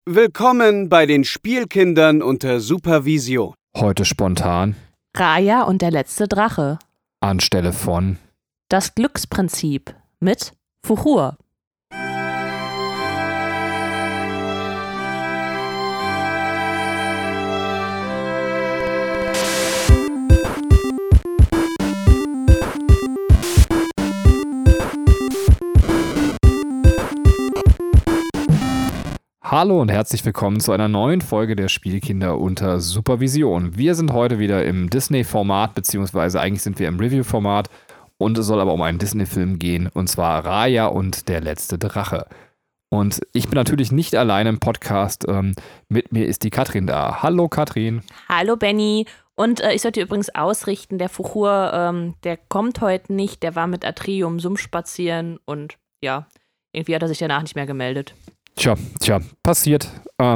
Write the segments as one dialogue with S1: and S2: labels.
S1: Willkommen bei den Spielkindern unter Supervision.
S2: Heute spontan
S3: Raya und der letzte Drache.
S2: anstelle von
S3: Das Glücksprinzip mit Fuchur.
S2: Hallo und herzlich willkommen zu einer neuen Folge der Spielkinder unter Supervision. Wir sind heute wieder im Disney-Format, beziehungsweise eigentlich sind wir im Review-Format und es soll aber um einen Disney-Film gehen, und zwar Raya und der letzte Drache. Und ich bin natürlich nicht alleine im Podcast, mit mir ist die Katrin da. Hallo Katrin.
S3: Hallo Benny. Und ich sollte übrigens ausrichten, der Fuchur, der kommt heute nicht, der war mit Atrium Sumpf spazieren und ja, irgendwie hat er sich danach nicht mehr gemeldet.
S2: Tja, passiert.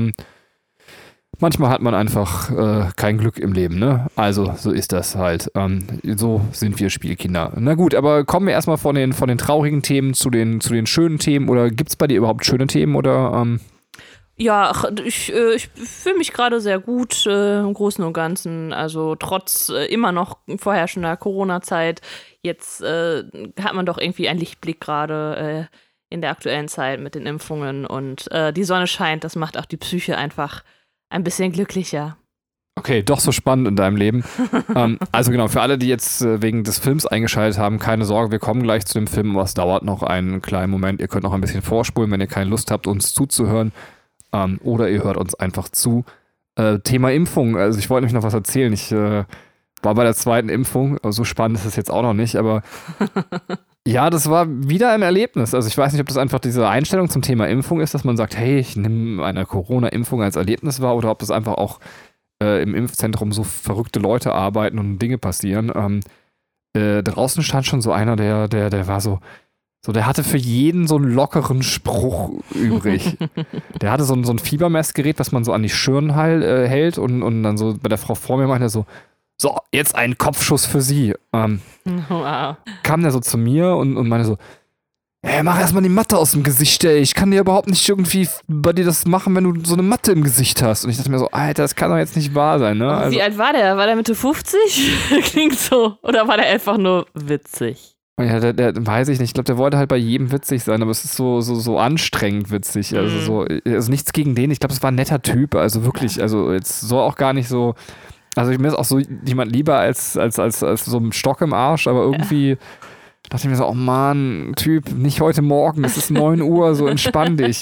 S2: Manchmal hat man einfach kein Glück im Leben, ne? Also, so ist das halt. So sind wir Spielkinder. Na gut, aber kommen wir erstmal von den traurigen Themen zu den schönen Themen. Oder gibt es bei dir überhaupt schöne Themen? Oder,
S3: Ja, ich fühle mich gerade sehr gut im Großen und Ganzen. Also trotz immer noch vorherrschender Corona-Zeit. Jetzt hat man doch irgendwie einen Lichtblick gerade in der aktuellen Zeit mit den Impfungen. Und die Sonne scheint, das macht auch die Psyche einfach ein bisschen glücklicher.
S2: Okay, doch so spannend in deinem Leben. Also genau, für alle, die jetzt wegen des Films eingeschaltet haben, keine Sorge, wir kommen gleich zu dem Film, aber es dauert noch einen kleinen Moment. Ihr könnt noch ein bisschen vorspulen, wenn ihr keine Lust habt, uns zuzuhören. Oder ihr hört uns einfach zu. Thema Impfung, also ich wollte nämlich noch was erzählen. Ich war bei der zweiten Impfung, so spannend ist es jetzt auch noch nicht, aber ja, das war wieder ein Erlebnis. Also ich weiß nicht, ob das einfach diese Einstellung zum Thema Impfung ist, dass man sagt, hey, ich nehme eine Corona-Impfung als Erlebnis wahr, oder ob das einfach auch im Impfzentrum so verrückte Leute arbeiten und Dinge passieren. Draußen stand schon so einer, der war so, der hatte für jeden so einen lockeren Spruch übrig. Der hatte so ein Fiebermessgerät, was man so an die Stirn hält und dann so bei der Frau vor mir meinte er so, jetzt ein Kopfschuss für Sie.
S3: Wow.
S2: Kam der so zu mir und meinte so, hey, mach erstmal die Matte aus dem Gesicht, ey. Ich kann dir überhaupt nicht irgendwie bei dir das machen, wenn du so eine Matte im Gesicht hast. Und ich dachte mir so, Alter, das kann doch jetzt nicht wahr sein, ne? Also,
S3: wie alt war der? War der Mitte 50? Klingt so. Oder war der einfach nur witzig?
S2: ja, der weiß ich nicht. Ich glaube, der wollte halt bei jedem witzig sein, aber es ist so anstrengend witzig. Also nichts gegen den. Ich glaube, es war ein netter Typ. Also wirklich, also jetzt soll auch gar nicht so. Also mir ist auch so jemand lieber als so ein Stock im Arsch, aber irgendwie dachte ich mir so, oh Mann, Typ, nicht heute Morgen, es ist 9 Uhr, so entspann dich.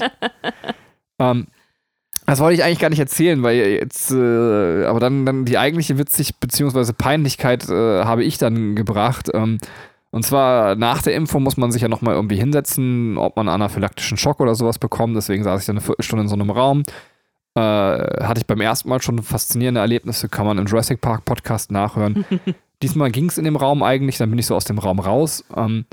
S2: Das wollte ich eigentlich gar nicht erzählen, weil jetzt, aber dann die eigentliche Witzig- bzw. Peinlichkeit habe ich dann gebracht. Und zwar nach der Impfung muss man sich ja nochmal irgendwie hinsetzen, ob man anaphylaktischen Schock oder sowas bekommt. Deswegen saß ich dann eine Viertelstunde in so einem Raum. Hatte ich beim ersten Mal schon faszinierende Erlebnisse, kann man im Jurassic Park Podcast nachhören. Diesmal ging es in dem Raum eigentlich, dann bin ich so aus dem Raum raus und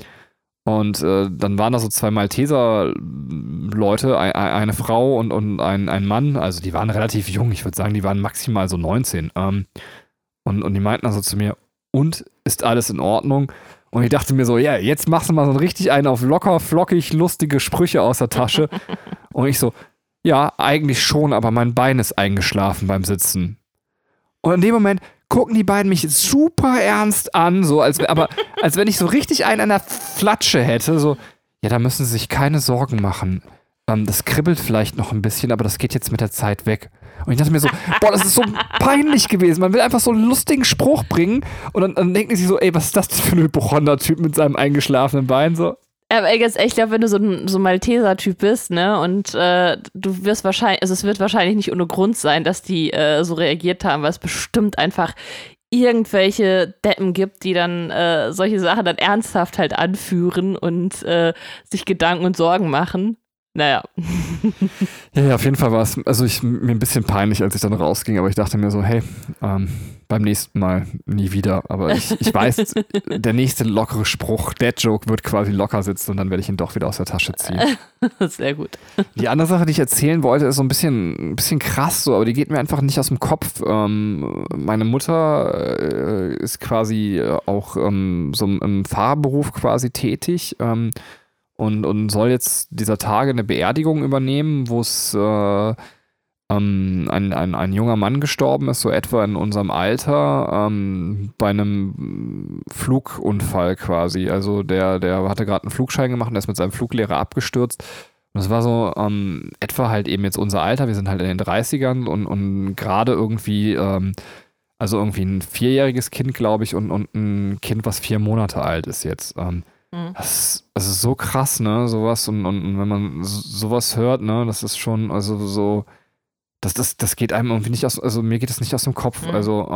S2: dann waren da so 2 Malteser-Leute, eine Frau und ein Mann, also die waren relativ jung, ich würde sagen, die waren maximal so 19 und die meinten also zu mir, und ist alles in Ordnung? Und ich dachte mir so, ja, jetzt machst du mal so richtig einen auf locker, flockig, lustige Sprüche aus der Tasche und ich so, ja, eigentlich schon, aber mein Bein ist eingeschlafen beim Sitzen. Und in dem Moment gucken die beiden mich super ernst an, so als wenn ich so richtig einen an der Flatsche hätte. So, ja, da müssen sie sich keine Sorgen machen. Das kribbelt vielleicht noch ein bisschen, aber das geht jetzt mit der Zeit weg. Und ich dachte mir so, boah, das ist so peinlich gewesen. Man will einfach so einen lustigen Spruch bringen und dann denken sie so, ey, was ist das denn für ein Hypochonder-Typ mit seinem eingeschlafenen Bein? So.
S3: Aber ganz ehrlich, ich glaube, wenn du so ein Malteser-Typ bist, ne, und du wirst wahrscheinlich, also es wird wahrscheinlich nicht ohne Grund sein, dass die so reagiert haben, weil es bestimmt einfach irgendwelche Deppen gibt, die dann solche Sachen dann ernsthaft halt anführen und sich Gedanken und Sorgen machen. Naja.
S2: Ja, auf jeden Fall war es, also mir ein bisschen peinlich, als ich dann rausging, aber ich dachte mir so, hey, beim nächsten Mal nie wieder. Aber ich weiß, der nächste lockere Spruch, Dad-Joke, wird quasi locker sitzen und dann werde ich ihn doch wieder aus der Tasche ziehen.
S3: Sehr gut.
S2: Die andere Sache, die ich erzählen wollte, ist so ein bisschen krass so, aber die geht mir einfach nicht aus dem Kopf. Meine Mutter ist quasi auch so im Fahrberuf quasi tätig. Und soll jetzt dieser Tage eine Beerdigung übernehmen, wo es ein junger Mann gestorben ist, so etwa in unserem Alter, bei einem Flugunfall quasi. Also der hatte gerade einen Flugschein gemacht und der ist mit seinem Fluglehrer abgestürzt. Und das war so etwa halt eben jetzt unser Alter. Wir sind halt in den 30ern und gerade irgendwie, also irgendwie ein 4-jähriges Kind, glaube ich, und ein Kind, was 4 Monate alt ist jetzt. Das ist so krass, ne, sowas. Und wenn man sowas hört, ne, das ist schon, also so, das geht einem irgendwie nicht aus, also mir geht es nicht aus dem Kopf. Also,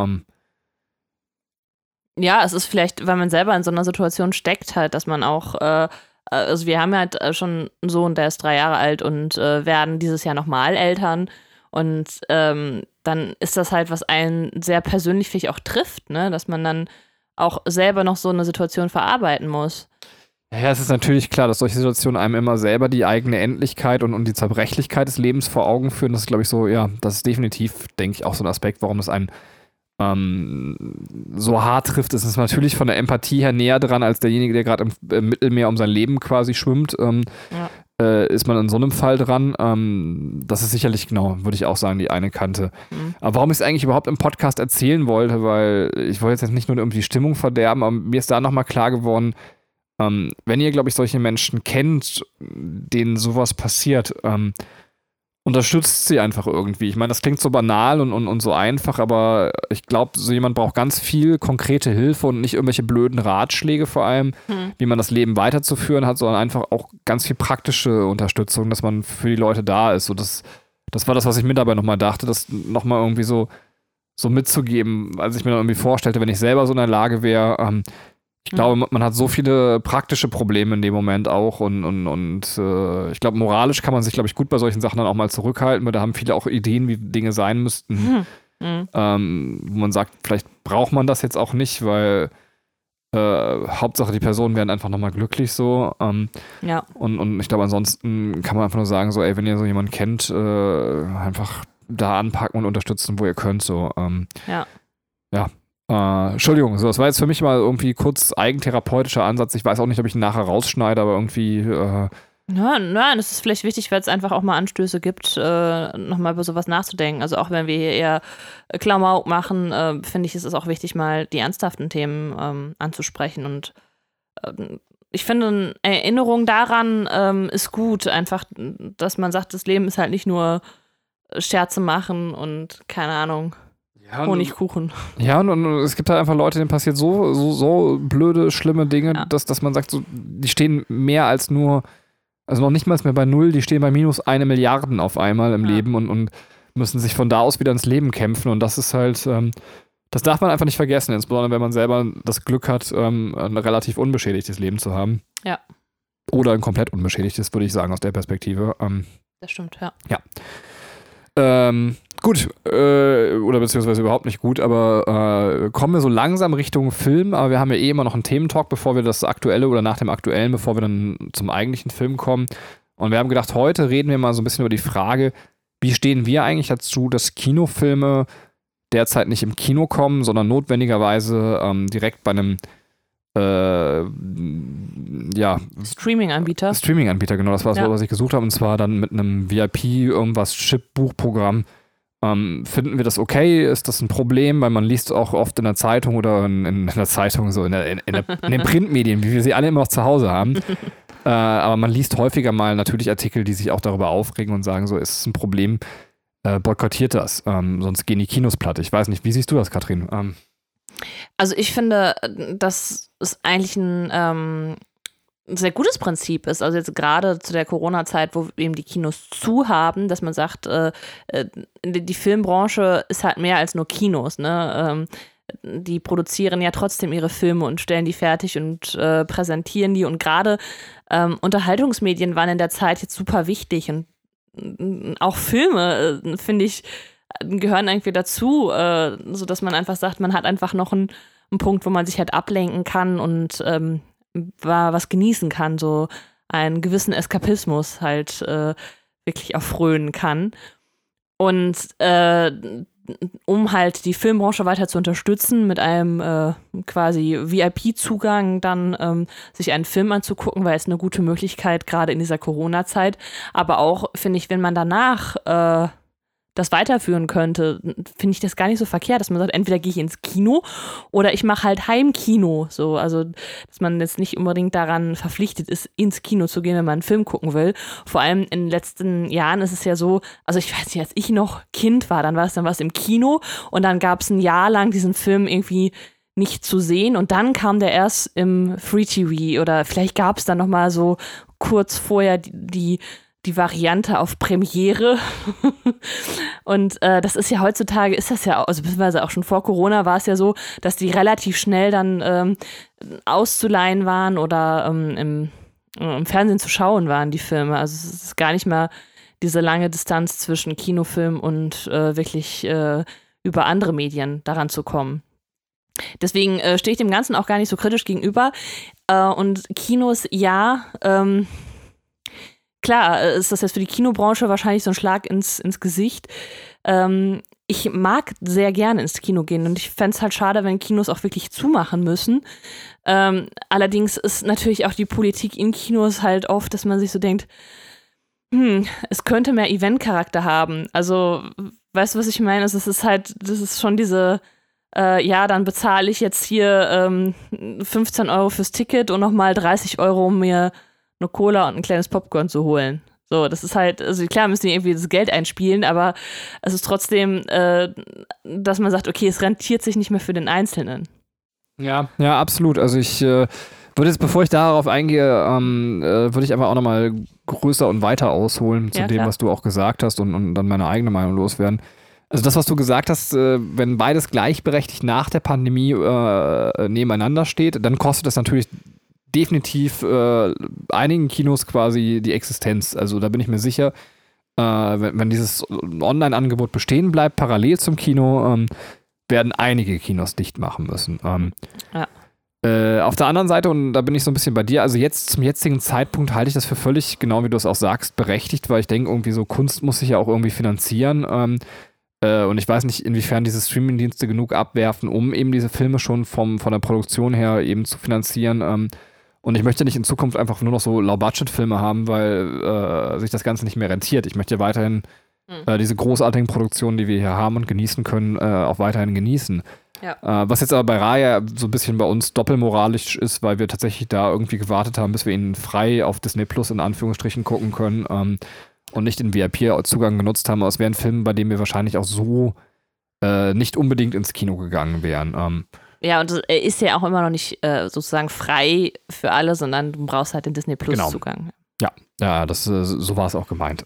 S3: ja, es ist vielleicht, weil man selber in so einer Situation steckt, halt, dass man auch, also wir haben halt schon einen Sohn, der ist 3 Jahre alt und werden dieses Jahr nochmal Eltern. Und dann ist das halt, was einen sehr persönlich vielleicht auch trifft, ne, dass man dann auch selber noch so eine Situation verarbeiten muss.
S2: Ja, es ist natürlich klar, dass solche Situationen einem immer selber die eigene Endlichkeit und die Zerbrechlichkeit des Lebens vor Augen führen. Das ist, glaube ich, so, ja, das ist definitiv, denke ich, auch so ein Aspekt, warum es einen so hart trifft. Es ist natürlich von der Empathie her näher dran, als derjenige, der gerade im Mittelmeer um sein Leben quasi schwimmt. Ist man in so einem Fall dran. Das ist sicherlich, genau, würde ich auch sagen, die eine Kante. Aber warum ich es eigentlich überhaupt im Podcast erzählen wollte, weil ich wollte jetzt nicht nur irgendwie die Stimmung verderben, aber mir ist da nochmal klar geworden, wenn ihr, glaube ich, solche Menschen kennt, denen sowas passiert, unterstützt sie einfach irgendwie. Ich meine, das klingt so banal und so einfach, aber ich glaube, so jemand braucht ganz viel konkrete Hilfe und nicht irgendwelche blöden Ratschläge vor allem, wie man das Leben weiterzuführen hat, sondern einfach auch ganz viel praktische Unterstützung, dass man für die Leute da ist. So, das war das, was ich mir dabei nochmal dachte, das nochmal irgendwie so mitzugeben, als ich mir dann irgendwie vorstellte, wenn ich selber so in der Lage wäre, ich glaube, man hat so viele praktische Probleme in dem Moment auch und ich glaube, moralisch kann man sich, glaube ich, gut bei solchen Sachen dann auch mal zurückhalten, weil da haben viele auch Ideen, wie Dinge sein müssten, wo man sagt, vielleicht braucht man das jetzt auch nicht, weil Hauptsache die Personen werden einfach nochmal glücklich so.
S3: Ja.
S2: Und ich glaube, ansonsten kann man einfach nur sagen, so, ey, wenn ihr so jemanden kennt, einfach da anpacken und unterstützen, wo ihr könnt, so. Ja. Entschuldigung, so, das war jetzt für mich mal irgendwie kurz eigentherapeutischer Ansatz. Ich weiß auch nicht, ob ich ihn nachher rausschneide, aber irgendwie.
S3: Nein, das ist vielleicht wichtig, weil es einfach auch mal Anstöße gibt, nochmal über sowas nachzudenken. Also auch wenn wir hier eher Klamauk machen, finde ich, ist es auch wichtig, mal die ernsthaften Themen anzusprechen. Und ich finde, eine Erinnerung daran ist gut, einfach, dass man sagt, das Leben ist halt nicht nur Scherze machen und keine Ahnung. Ja, Honigkuchen.
S2: Ja, und es gibt halt einfach Leute, denen passiert so blöde, schlimme Dinge, dass man sagt, so, die stehen mehr als nur, also noch nicht mal mehr bei 0, die stehen bei minus 1 Milliarden auf einmal im Leben und müssen sich von da aus wieder ins Leben kämpfen. Und das ist halt, das darf man einfach nicht vergessen, insbesondere wenn man selber das Glück hat, ein relativ unbeschädigtes Leben zu haben.
S3: Ja.
S2: Oder ein komplett unbeschädigtes, würde ich sagen, aus der Perspektive.
S3: Das stimmt, ja.
S2: Ja. Gut, oder beziehungsweise überhaupt nicht gut, aber kommen wir so langsam Richtung Film, aber wir haben ja eh immer noch einen Thementalk, bevor wir das Aktuelle oder nach dem Aktuellen, bevor wir dann zum eigentlichen Film kommen. Und wir haben gedacht, heute reden wir mal so ein bisschen über die Frage, wie stehen wir eigentlich dazu, dass Kinofilme derzeit nicht im Kino kommen, sondern notwendigerweise direkt bei einem
S3: Streaming-Anbieter.
S2: Streaming-Anbieter, genau, das war das, was ich gesucht habe, und zwar dann mit einem VIP-Chip-Buchprogramm. Finden wir das okay? Ist das ein Problem? Weil man liest auch oft in der Zeitung oder in der Zeitung, so in den Printmedien, wie wir sie alle immer noch zu Hause haben. Aber man liest häufiger mal natürlich Artikel, die sich auch darüber aufregen und sagen, so, ist es ein Problem, boykottiert das, sonst gehen die Kinos platt. Ich weiß nicht, wie siehst du das, Katrin?
S3: Also ich finde, dass es eigentlich ein sehr gutes Prinzip ist. Also jetzt gerade zu der Corona-Zeit, wo eben die Kinos zu haben, dass man sagt, die Filmbranche ist halt mehr als nur Kinos, ne? Die produzieren ja trotzdem ihre Filme und stellen die fertig und präsentieren die. Und gerade Unterhaltungsmedien waren in der Zeit jetzt super wichtig. Und auch Filme, finde ich, gehören irgendwie dazu, sodass man einfach sagt, man hat einfach noch einen Punkt, wo man sich halt ablenken kann und was genießen kann, so einen gewissen Eskapismus halt wirklich auch frönen kann. Und um halt die Filmbranche weiter zu unterstützen, mit einem quasi VIP-Zugang dann sich einen Film anzugucken, weil es eine gute Möglichkeit, gerade in dieser Corona-Zeit. Aber auch, finde ich, wenn man danach das weiterführen könnte, finde ich das gar nicht so verkehrt, dass man sagt, entweder gehe ich ins Kino oder ich mache halt Heimkino. So, also, dass man jetzt nicht unbedingt daran verpflichtet ist, ins Kino zu gehen, wenn man einen Film gucken will. Vor allem in den letzten Jahren ist es ja so, also ich weiß nicht, als ich noch Kind war, dann war es im Kino und dann gab es ein Jahr lang diesen Film irgendwie nicht zu sehen und dann kam der erst im Free TV oder vielleicht gab es dann noch mal so kurz vorher die Variante auf Premiere und das ist ja heutzutage, ist das ja, also beziehungsweise auch schon vor Corona war es ja so, dass die relativ schnell dann auszuleihen waren oder im Fernsehen zu schauen waren, die Filme, also es ist gar nicht mehr diese lange Distanz zwischen Kinofilm und wirklich über andere Medien daran zu kommen. Deswegen stehe ich dem Ganzen auch gar nicht so kritisch gegenüber. Und Kinos, ja, klar, ist das jetzt für die Kinobranche wahrscheinlich so ein Schlag ins Gesicht. Ich mag sehr gerne ins Kino gehen und ich fände es halt schade, wenn Kinos auch wirklich zumachen müssen. Allerdings ist natürlich auch die Politik in Kinos halt oft, dass man sich so denkt, es könnte mehr Event-Charakter haben. Also, weißt du, was ich meine? Also, das ist schon diese dann bezahle ich jetzt hier 15 Euro fürs Ticket und nochmal 30 Euro, um mir eine Cola und ein kleines Popcorn zu holen. So, das ist halt, also klar müssen die irgendwie das Geld einspielen, aber es ist trotzdem, dass man sagt, okay, es rentiert sich nicht mehr für den Einzelnen.
S2: Ja, absolut. Also ich würde jetzt, bevor ich darauf eingehe, würde ich einfach auch nochmal größer und weiter ausholen zu dem, was du auch gesagt hast und dann meine eigene Meinung loswerden. Also das, was du gesagt hast, wenn beides gleichberechtigt nach der Pandemie nebeneinander steht, dann kostet das natürlich definitiv einigen Kinos quasi die Existenz. Also da bin ich mir sicher, wenn dieses Online-Angebot bestehen bleibt, parallel zum Kino, werden einige Kinos dicht machen müssen. Auf der anderen Seite, und da bin ich so ein bisschen bei dir, also jetzt zum jetzigen Zeitpunkt halte ich das für völlig, genau wie du es auch sagst, berechtigt, weil ich denke, irgendwie so Kunst muss sich ja auch irgendwie finanzieren. Und ich weiß nicht, inwiefern diese Streamingdienste genug abwerfen, um eben diese Filme schon von der Produktion her eben zu finanzieren. Und ich möchte nicht in Zukunft einfach nur noch so Low-Budget-Filme haben, weil sich das Ganze nicht mehr rentiert. Ich möchte weiterhin diese großartigen Produktionen, die wir hier haben und genießen können, auch weiterhin genießen. Ja. Was jetzt aber bei Raya so ein bisschen bei uns doppelmoralisch ist, weil wir tatsächlich da irgendwie gewartet haben, bis wir ihn frei auf Disney Plus in Anführungsstrichen gucken können. Und nicht den VIP-Zugang genutzt haben. Aber es wären Filme, bei denen wir wahrscheinlich auch so nicht unbedingt ins Kino gegangen wären.
S3: Ja, und er ist ja auch immer noch nicht sozusagen frei für alle, sondern du brauchst halt den Disney Plus-Zugang.
S2: Genau. Ja, so war es auch gemeint.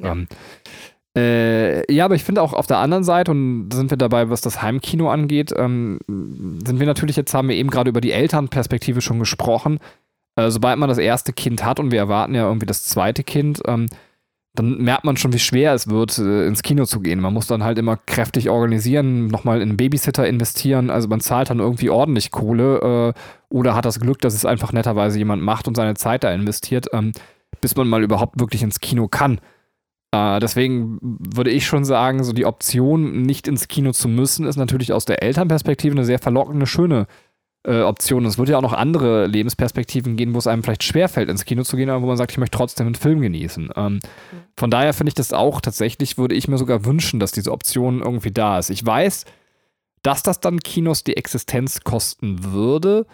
S2: Ja. Aber ich finde auch auf der anderen Seite, und da sind wir dabei, was das Heimkino angeht, sind wir natürlich, jetzt haben wir eben gerade über die Elternperspektive schon gesprochen. Sobald man das erste Kind hat und wir erwarten ja irgendwie das zweite Kind, dann merkt man schon, wie schwer es wird, ins Kino zu gehen. Man muss dann halt immer kräftig organisieren, nochmal in einen Babysitter investieren. Also man zahlt dann irgendwie ordentlich Kohle oder hat das Glück, dass es einfach netterweise jemand macht und seine Zeit da investiert, bis man mal überhaupt wirklich ins Kino kann. Deswegen würde ich schon sagen, so die Option, nicht ins Kino zu müssen, ist natürlich aus der Elternperspektive eine sehr verlockende, schöne Option. Es wird ja auch noch andere Lebensperspektiven geben, wo es einem vielleicht schwerfällt, ins Kino zu gehen, aber wo man sagt, ich möchte trotzdem einen Film genießen. Von daher finde ich das auch tatsächlich, würde ich mir sogar wünschen, dass diese Option irgendwie da ist. Ich weiß, dass das dann Kinos die Existenz kosten würde.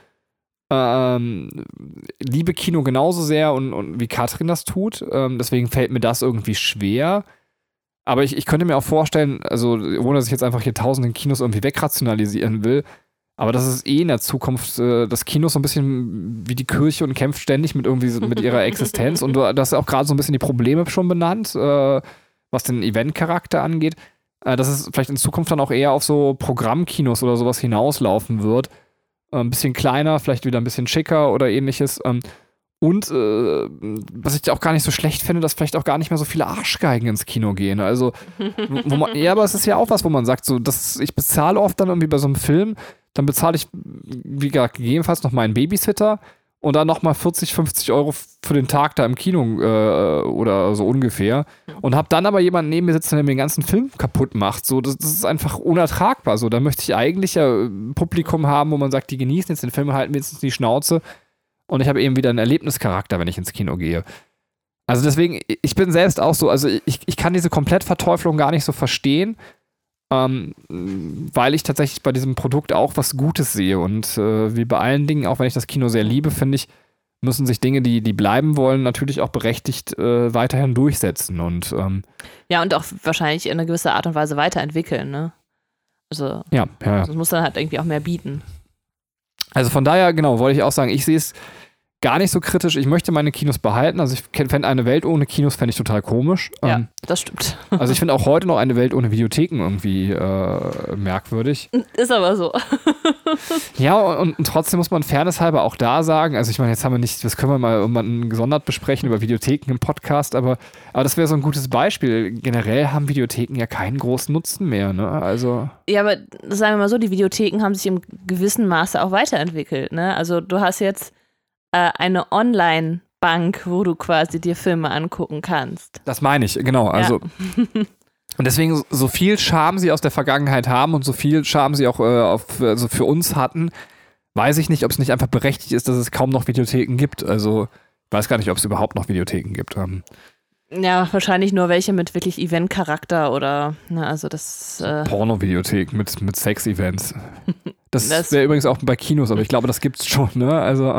S2: Liebe Kino genauso sehr und wie Katrin das tut. Deswegen fällt mir das irgendwie schwer. Aber ich könnte mir auch vorstellen, also ohne dass ich jetzt einfach hier tausende Kinos irgendwie wegrationalisieren will, aber das ist in der Zukunft das Kino so ein bisschen wie die Kirche und kämpft ständig mit ihrer Existenz. Und du hast auch gerade so ein bisschen die Probleme schon benannt, was den Event-Charakter angeht. Dass es vielleicht in Zukunft dann auch eher auf so Programmkinos oder sowas hinauslaufen wird. Ein bisschen kleiner, vielleicht wieder ein bisschen schicker oder ähnliches. Und was ich auch gar nicht so schlecht finde, dass vielleicht auch gar nicht mehr so viele Arschgeigen ins Kino gehen. Also, aber es ist ja auch was, wo man sagt, so, ich bezahle oft dann irgendwie bei so einem Film, dann bezahle ich, wie gesagt, gegebenenfalls noch meinen Babysitter und dann nochmal 40, 50 Euro für den Tag da im Kino oder so ungefähr. Und habe dann aber jemanden neben mir sitzen, der mir den ganzen Film kaputt macht. So, das ist einfach unertragbar. So, da möchte ich eigentlich ja ein Publikum haben, wo man sagt, die genießen jetzt den Film und halten wenigstens die Schnauze. Und ich habe eben wieder einen Erlebnischarakter, wenn ich ins Kino gehe. Also deswegen, ich bin selbst auch so, also ich kann diese Komplettverteuflung gar nicht so verstehen, weil ich tatsächlich bei diesem Produkt auch was Gutes sehe. Und wie bei allen Dingen, auch wenn ich das Kino sehr liebe, finde ich, müssen sich Dinge, die bleiben wollen, natürlich auch berechtigt weiterhin durchsetzen. Und
S3: ja, und auch wahrscheinlich in einer gewissen Art und Weise weiterentwickeln, ne? Also,
S2: ja.
S3: Das muss dann halt irgendwie auch mehr bieten.
S2: Also von daher, genau, wollte ich auch sagen, ich sehe es gar nicht so kritisch. Ich möchte meine Kinos behalten. Also ich fände eine Welt ohne Kinos fände ich total komisch.
S3: Ja, das stimmt.
S2: Also ich finde auch heute noch eine Welt ohne Videotheken irgendwie merkwürdig.
S3: Ist aber so.
S2: Ja, und trotzdem muss man fairnesshalber auch da sagen, also ich meine, jetzt haben wir nicht, das können wir mal irgendwann gesondert besprechen über Videotheken im Podcast, aber das wäre so ein gutes Beispiel. Generell haben Videotheken ja keinen großen Nutzen mehr, ne? Also.
S3: Ja, aber sagen wir mal so, die Videotheken haben sich im gewissen Maße auch weiterentwickelt, ne? Also du hast jetzt eine Online-Bank, wo du quasi dir Filme angucken kannst.
S2: Das meine ich, genau. Also und deswegen, so viel Charme sie aus der Vergangenheit haben und so viel Charme sie auch also für uns hatten, weiß ich nicht, ob es nicht einfach berechtigt ist, dass es kaum noch Videotheken gibt. Also ich weiß gar nicht, ob es überhaupt noch Videotheken gibt.
S3: Ja, wahrscheinlich nur welche mit wirklich Event-Charakter oder, ne, also das.
S2: Porno-Videothek mit Sex-Events. Das wäre übrigens auch bei Kinos, aber ich glaube, das gibt's schon, ne? Also,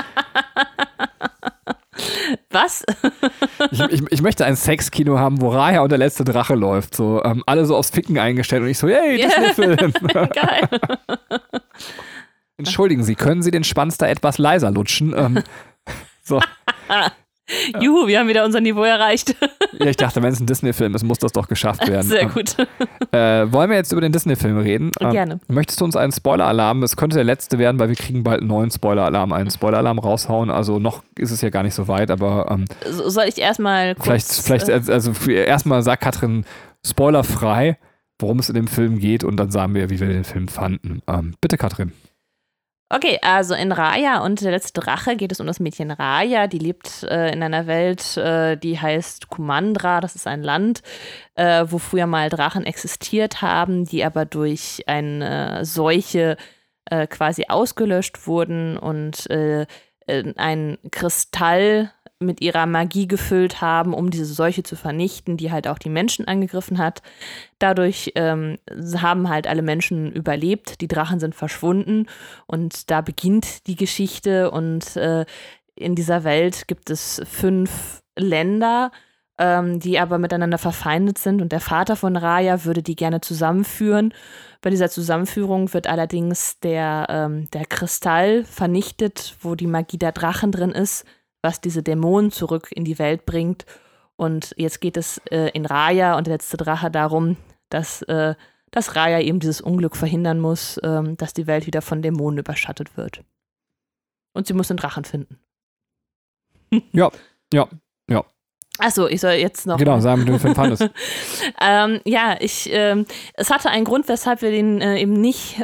S3: Was?
S2: ich möchte ein Sexkino haben, wo Raya und der letzte Drache läuft. So, alle so aufs Ficken eingestellt und ich so, hey, Disney-Film.
S3: Geil.
S2: Entschuldigen Sie, können Sie den Schwanz da etwas leiser lutschen? So.
S3: Juhu, wir haben wieder unser Niveau erreicht.
S2: Ja, ich dachte, wenn es ein Disney-Film ist, muss das doch geschafft werden.
S3: Sehr gut.
S2: Wollen wir jetzt über den Disney-Film reden?
S3: Gerne.
S2: Möchtest du uns einen Spoiler-Alarm, es könnte der letzte werden, weil wir kriegen bald einen neuen Spoiler-Alarm, raushauen. Also noch ist es ja gar nicht so weit, aber
S3: soll ich erstmal kurz...
S2: Vielleicht also erstmal sagt Katrin spoilerfrei, worum es in dem Film geht und dann sagen wir, wie wir den Film fanden. Bitte, Katrin.
S3: Okay, also in Raya und der letzte Drache geht es um das Mädchen Raya. Die lebt in einer Welt, die heißt Kumandra. Das ist ein Land, wo früher mal Drachen existiert haben, die aber durch eine Seuche quasi ausgelöscht wurden und ein Kristall mit ihrer Magie gefüllt haben, um diese Seuche zu vernichten, die halt auch die Menschen angegriffen hat. Dadurch haben halt alle Menschen überlebt, die Drachen sind verschwunden und da beginnt die Geschichte und in dieser Welt gibt es 5 Länder, die aber miteinander verfeindet sind und der Vater von Raya würde die gerne zusammenführen. Bei dieser Zusammenführung wird allerdings der Kristall vernichtet, wo die Magie der Drachen drin ist, was diese Dämonen zurück in die Welt bringt. Und jetzt geht es in Raya und der letzte Drache darum, dass Raya eben dieses Unglück verhindern muss, dass die Welt wieder von Dämonen überschattet wird. Und sie muss den Drachen finden.
S2: Ja.
S3: Achso, ich soll jetzt noch...
S2: Genau, sagen, wie du den Film fandest.
S3: Es hatte einen Grund, weshalb wir den eben nicht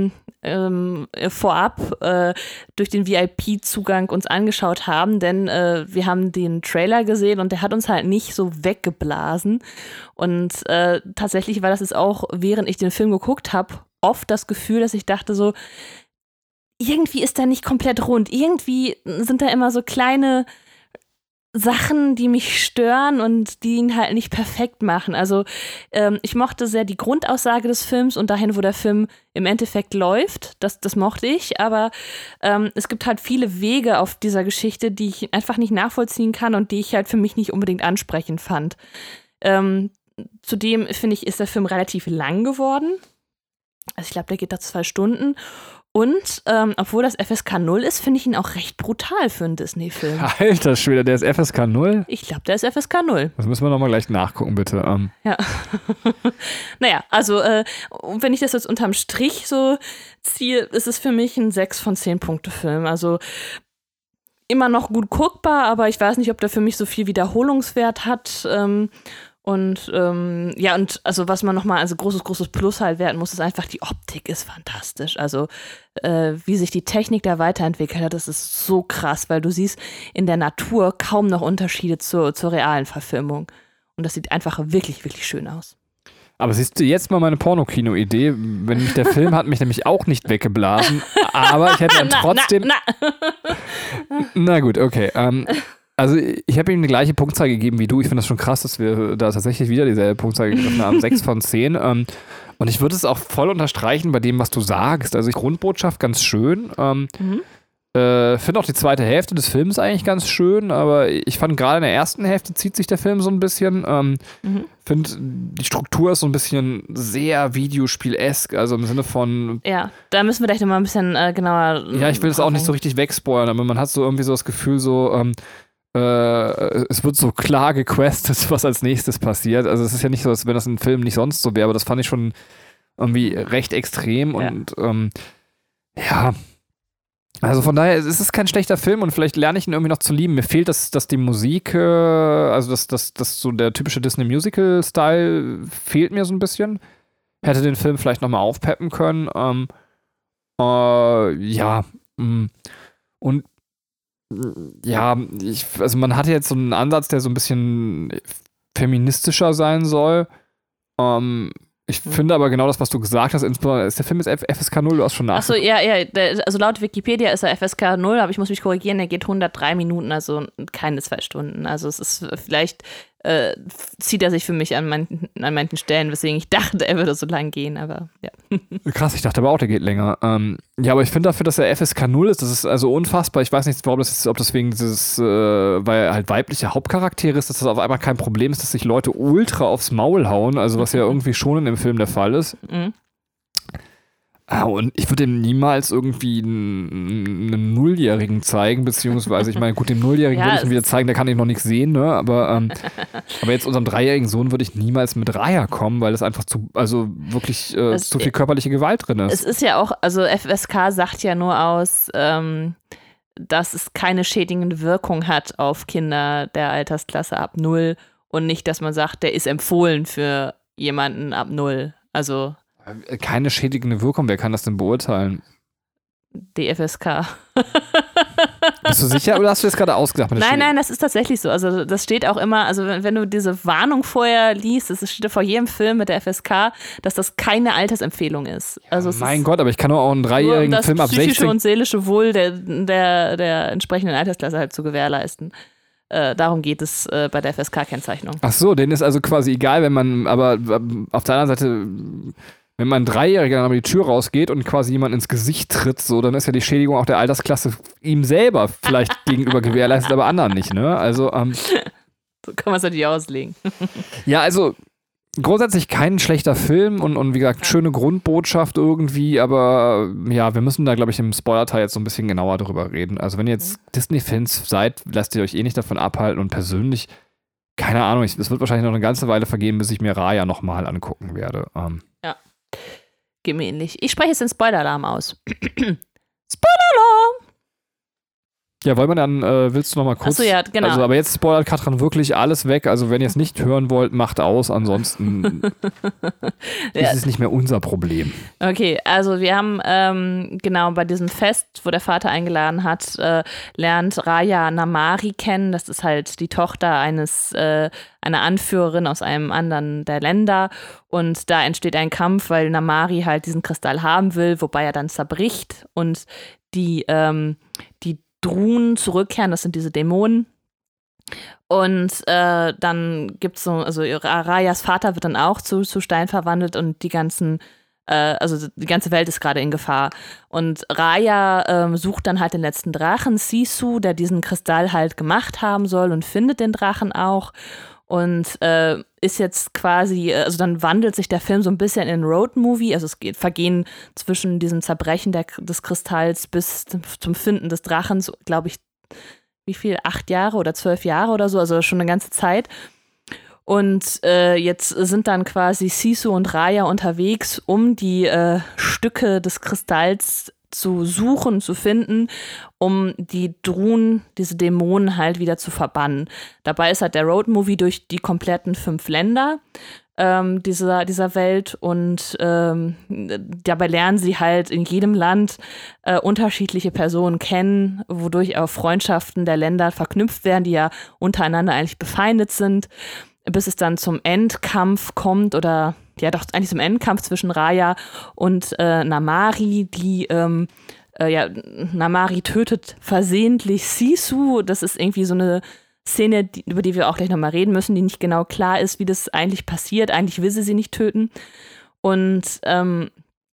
S3: vorab durch den VIP-Zugang uns angeschaut haben, denn wir haben den Trailer gesehen und der hat uns halt nicht so weggeblasen. Und tatsächlich war das jetzt auch, während ich den Film geguckt habe, oft das Gefühl, dass ich dachte so, irgendwie ist der nicht komplett rund. Irgendwie sind da immer so kleine Sachen, die mich stören und die ihn halt nicht perfekt machen. Also ich mochte sehr die Grundaussage des Films und dahin, wo der Film im Endeffekt läuft. Das mochte ich, aber es gibt halt viele Wege auf dieser Geschichte, die ich einfach nicht nachvollziehen kann und die ich halt für mich nicht unbedingt ansprechend fand. Zudem, finde ich, ist der Film relativ lang geworden. Also ich glaube, der geht da 2 Stunden. Und obwohl das FSK 0 ist, finde ich ihn auch recht brutal für einen Disney-Film.
S2: Alter Schwede, der ist FSK 0?
S3: Ich glaube, der ist FSK 0.
S2: Das müssen wir nochmal gleich nachgucken, bitte.
S3: Ja. Naja, also wenn ich das jetzt unterm Strich so ziehe, ist es für mich ein 6 von 10 Punkte-Film. Also immer noch gut guckbar, aber ich weiß nicht, ob der für mich so viel Wiederholungswert hat. Und also was man nochmal als großes Plus halt werten muss, ist einfach, die Optik ist fantastisch. Also wie sich die Technik da weiterentwickelt hat, das ist so krass, weil du siehst in der Natur kaum noch Unterschiede zur realen Verfilmung. Und das sieht einfach wirklich, wirklich schön aus.
S2: Aber siehst du jetzt mal meine Pornokino-Idee? Der Film hat mich nämlich auch nicht weggeblasen, aber ich hätte dann trotzdem...
S3: Na
S2: gut, okay. Also ich habe ihm eine gleiche Punktzahl gegeben wie du. Ich finde das schon krass, dass wir da tatsächlich wieder dieselbe Punktzahl gegeben haben. 6 von 10. Und ich würde es auch voll unterstreichen bei dem, was du sagst. Also Grundbotschaft ganz schön. Finde auch die zweite Hälfte des Films eigentlich ganz schön, aber ich fand gerade in der ersten Hälfte zieht sich der Film so ein bisschen. Finde, die Struktur ist so ein bisschen sehr Videospiel-esk, also im Sinne von.
S3: Ja, da müssen wir gleich nochmal ein bisschen genauer.
S2: Ja, ich will es auch nicht so richtig wegspoilern, aber man hat so irgendwie so das Gefühl, so, es wird so klar gequestet, was als nächstes passiert. Also es ist ja nicht so, als wenn das ein Film nicht sonst so wäre, aber das fand ich schon irgendwie recht extrem und ja. Also von daher, es ist kein schlechter Film und vielleicht lerne ich ihn irgendwie noch zu lieben. Mir fehlt, dass die Musik, also dass so der typische Disney-Musical-Style fehlt mir so ein bisschen. Hätte den Film vielleicht nochmal aufpeppen können. Ja. Und ja, also man hatte jetzt so einen Ansatz, der so ein bisschen feministischer sein soll. Ich finde aber genau das, was du gesagt hast, insbesondere ist der Film ist FSK 0, du hast schon nachgeguckt.
S3: Achso, ja, also laut Wikipedia ist er FSK 0, aber ich muss mich korrigieren, er geht 103 Minuten, also keine 2 Stunden. Also es ist vielleicht, zieht er sich für mich an manchen Stellen, weswegen ich dachte, er würde so lang gehen, aber ja.
S2: Krass, ich dachte aber auch, der geht länger. Ja, aber ich finde dafür, dass er FSK 0 ist, das ist also unfassbar. Ich weiß nicht, ob das wegen dieses, weil er halt weibliche Charaktere ist, dass das auf einmal kein Problem ist, dass sich Leute ultra aufs Maul hauen, also was ja irgendwie schon in dem Film der Fall ist. Und ich würde ihm niemals irgendwie einen Nulljährigen zeigen, beziehungsweise, ich meine, gut, dem Nulljährigen würde ich ihm wieder zeigen, der kann ich noch nichts sehen, ne? Aber jetzt unserem 3-jährigen Sohn würde ich niemals mit Raya kommen, weil es einfach wirklich zu viel körperliche Gewalt drin ist.
S3: Es ist ja auch, also FSK sagt ja nur aus, dass es keine schädigende Wirkung hat auf Kinder der Altersklasse ab 0 und nicht, dass man sagt, der ist empfohlen für jemanden ab 0. Also
S2: keine schädigende Wirkung, wer kann das denn beurteilen?
S3: Die FSK.
S2: Bist du sicher oder hast du das gerade ausgedacht?
S3: Nein, das ist tatsächlich so. Also das steht auch immer, also wenn du diese Warnung vorher liest, das steht vor jedem Film mit der FSK, dass das keine Altersempfehlung ist. Also
S2: mein Gott, aber ich kann doch auch einen 3-jährigen Film ab 16...
S3: das psychische und seelische Wohl der entsprechenden Altersklasse halt zu gewährleisten. Darum geht es bei der FSK-Kennzeichnung.
S2: Ach so, denen ist also quasi egal, wenn man, aber auf der anderen Seite... Wenn man ein 3-Jähriger dann aber die Tür rausgeht und quasi jemand ins Gesicht tritt, so, dann ist ja die Schädigung auch der Altersklasse ihm selber vielleicht gegenüber gewährleistet, aber anderen nicht, ne? Also,
S3: so kann man es natürlich auslegen.
S2: Ja, also grundsätzlich kein schlechter Film und wie gesagt, schöne Grundbotschaft irgendwie, aber ja, wir müssen da, glaube ich, im Spoiler-Teil jetzt so ein bisschen genauer drüber reden. Also wenn ihr jetzt Disney-Fans seid, lasst ihr euch eh nicht davon abhalten und persönlich, keine Ahnung, es wird wahrscheinlich noch eine ganze Weile vergehen, bis ich mir Raya nochmal angucken werde.
S3: Ja. Geht mir ähnlich. Ich spreche jetzt den Spoiler-Alarm aus. Spoiler-Alarm!
S2: Ja, wollen wir dann, willst du noch mal kurz?
S3: Achso, ja, genau.
S2: Also, aber jetzt spoilert Katrin wirklich alles weg. Also, wenn ihr es nicht hören wollt, macht aus. Ansonsten ist es nicht mehr unser Problem.
S3: Okay, also wir haben genau bei diesem Fest, wo der Vater eingeladen hat, lernt Raya Namari kennen. Das ist halt die Tochter einer Anführerin aus einem anderen der Länder. Und da entsteht ein Kampf, weil Namari halt diesen Kristall haben will, wobei er dann zerbricht und die Druhen zurückkehren, das sind diese Dämonen. Und dann gibt's so, also Rayas Vater wird dann auch zu Stein verwandelt und die ganze Welt ist gerade in Gefahr. Und Raya sucht dann halt den letzten Drachen, Sisu, der diesen Kristall halt gemacht haben soll und findet den Drachen auch. Und ist jetzt quasi, also dann wandelt sich der Film so ein bisschen in Road-Movie, also vergehen zwischen diesem Zerbrechen des Kristalls bis zum Finden des Drachens, glaube ich, 8 Jahre oder 12 Jahre oder so, also schon eine ganze Zeit. Und jetzt sind dann quasi Sisu und Raya unterwegs, um die Stücke des Kristalls zu suchen, zu finden, um die Druhen, diese Dämonen halt wieder zu verbannen. Dabei ist halt der Road-Movie durch die kompletten 5 Länder dieser Welt und dabei lernen sie halt in jedem Land unterschiedliche Personen kennen, wodurch auch Freundschaften der Länder verknüpft werden, die ja untereinander eigentlich befeindet sind, bis es dann zum Endkampf kommt eigentlich zum Endkampf zwischen Raya und Namari, die Namari tötet versehentlich Sisu. Das ist irgendwie so eine Szene, über die wir auch gleich nochmal reden müssen, die nicht genau klar ist, wie das eigentlich passiert. Eigentlich will sie nicht töten. Und dann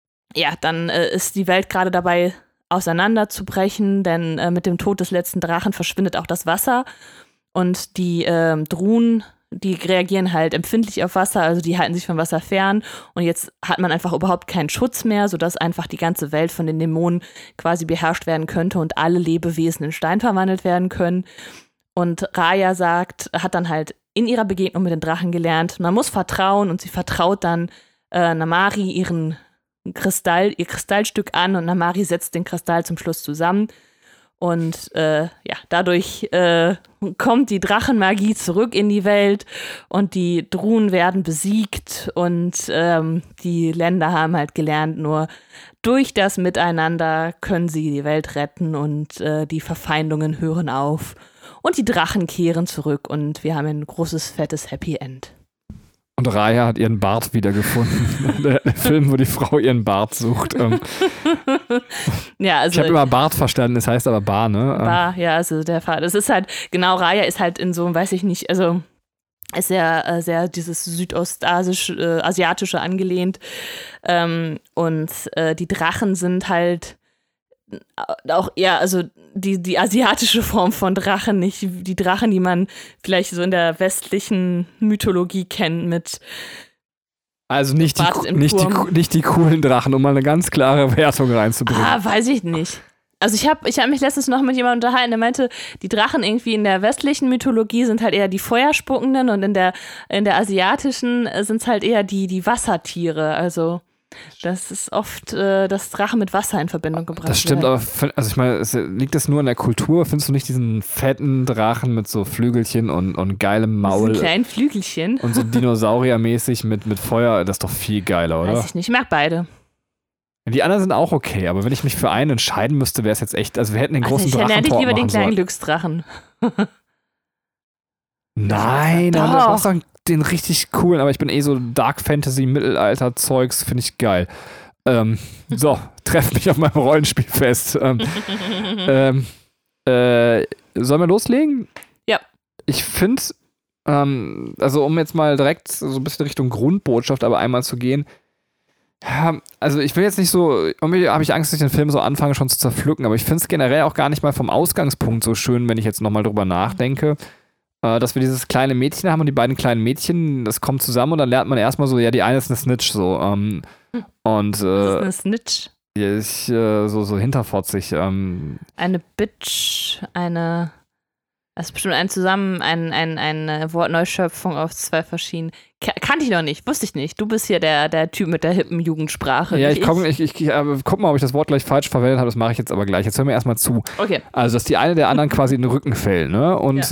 S3: ist die Welt gerade dabei, auseinanderzubrechen, denn mit dem Tod des letzten Drachen verschwindet auch das Wasser. Und die Druhen, die reagieren halt empfindlich auf Wasser, also die halten sich vom Wasser fern. Und jetzt hat man einfach überhaupt keinen Schutz mehr, sodass einfach die ganze Welt von den Dämonen quasi beherrscht werden könnte und alle Lebewesen in Stein verwandelt werden können. Und Raya hat dann halt in ihrer Begegnung mit den Drachen gelernt, man muss vertrauen, und sie vertraut dann Namari ihr Kristallstück an, und Namari setzt den Kristall zum Schluss zusammen. Und dadurch kommt die Drachenmagie zurück in die Welt und die Druhen werden besiegt, und die Länder haben halt gelernt, nur durch das Miteinander können sie die Welt retten, und die Verfeindungen hören auf. Und die Drachen kehren zurück, und wir haben ein großes, fettes Happy End.
S2: Und Raya hat ihren Bart wiedergefunden. Der Film, wo die Frau ihren Bart sucht.
S3: Ja, also
S2: ich habe immer Bart verstanden, es heißt aber Bar, ne?
S3: Bar, ja, also der Fall. Das ist halt, genau, Raya ist halt in so, weiß ich nicht, also ist sehr dieses südostasiatische angelehnt. Und die Drachen sind halt auch, ja, also die asiatische Form von Drachen, nicht die Drachen, die man vielleicht so in der westlichen Mythologie kennt mit
S2: also nicht die coolen Drachen, um mal eine ganz klare Wertung reinzubringen.
S3: Weiß ich nicht. Also ich hab mich letztens noch mit jemandem unterhalten, der meinte, die Drachen irgendwie in der westlichen Mythologie sind halt eher die Feuerspuckenden, und in der asiatischen sind es halt eher die Wassertiere, also das ist oft, dass Drachen mit Wasser in Verbindung gebracht werden.
S2: Das stimmt, aber also ich meine, liegt das nur in der Kultur? Findest du nicht diesen fetten Drachen mit so Flügelchen und geilem Maul?
S3: Diesen kleinen Flügelchen.
S2: Und so Dinosaurier-mäßig mit Feuer, das ist doch viel geiler, oder?
S3: Weiß ich nicht, ich mag beide.
S2: Die anderen sind auch okay, aber wenn ich mich für einen entscheiden müsste, wäre es jetzt echt, also wir hätten den großen Drachen machen sollen.
S3: Ich hätte lieber den kleinen Glücksdrachen.
S2: Nein,
S3: doch.
S2: Das war doch den richtig coolen, aber ich bin so Dark Fantasy, Mittelalter-Zeugs, finde ich geil. So, treff mich auf meinem Rollenspielfest. Sollen wir loslegen?
S3: Ja.
S2: Ich finde, also um jetzt mal direkt so ein bisschen Richtung Grundbotschaft aber einmal zu gehen, also ich will jetzt nicht so, irgendwie habe ich Angst, dass ich den Film so anfange schon zu zerpflücken, aber ich finde es generell auch gar nicht mal vom Ausgangspunkt so schön, wenn ich jetzt nochmal drüber nachdenke, dass wir dieses kleine Mädchen haben, und die beiden kleinen Mädchen, das kommt zusammen, und dann lernt man erstmal so, ja, die eine ist eine Snitch, so. Und
S3: was ist eine Snitch?
S2: Ja, so hinterfotzig.
S3: Eine Bitch, das ist bestimmt eine Wortneuschöpfung auf zwei verschiedenen. Kannte ich noch nicht, wusste ich nicht. Du bist hier der Typ mit der hippen Jugendsprache.
S2: Ja, ich guck mal, ob ich das Wort gleich falsch verwendet habe, das mache ich jetzt aber gleich. Jetzt hör mir erstmal zu.
S3: Okay.
S2: Also, dass die eine der anderen quasi in den Rücken fällt, ne? Und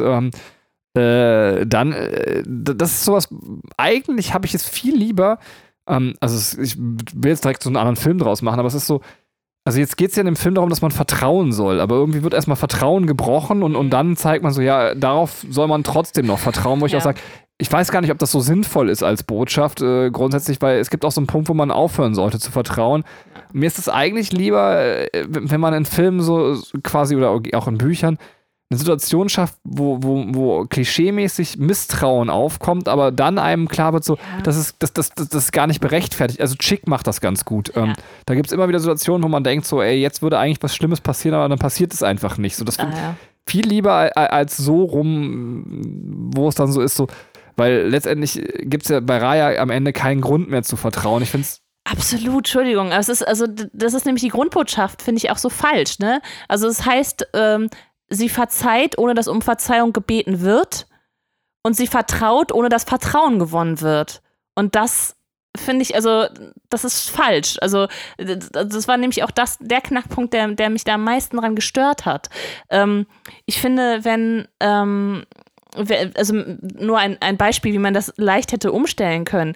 S2: das ist sowas, eigentlich habe ich es viel lieber, ich will jetzt direkt so einen anderen Film draus machen, aber es ist so, also jetzt geht es ja in dem Film darum, dass man vertrauen soll, aber irgendwie wird erstmal Vertrauen gebrochen, und dann zeigt man so, ja, darauf soll man trotzdem noch vertrauen, wo ich auch sage, ich weiß gar nicht, ob das so sinnvoll ist als Botschaft, grundsätzlich, weil es gibt auch so einen Punkt, wo man aufhören sollte zu vertrauen. Mir ist es eigentlich lieber, wenn man in Filmen so quasi oder auch in Büchern eine Situation schafft, wo klischeemäßig Misstrauen aufkommt, aber dann einem klar wird, so, das ist gar nicht berechtfertigt. Also Chick macht das ganz gut. Ja. Da gibt es immer wieder Situationen, wo man denkt, so, ey, jetzt würde eigentlich was Schlimmes passieren, aber dann passiert es einfach nicht. So, das viel lieber als so rum, wo es dann so ist, so, weil letztendlich gibt es ja bei Raya am Ende keinen Grund mehr zu vertrauen. Ich finde es
S3: absolut, Entschuldigung. Das ist nämlich die Grundbotschaft, finde ich auch so falsch, ne? Also es heißt, sie verzeiht, ohne dass um Verzeihung gebeten wird, und sie vertraut, ohne dass Vertrauen gewonnen wird. Und das finde ich, also das ist falsch. Also das war nämlich auch der Knackpunkt, der mich da am meisten dran gestört hat. Ich finde, wenn also nur ein Beispiel, wie man das leicht hätte umstellen können,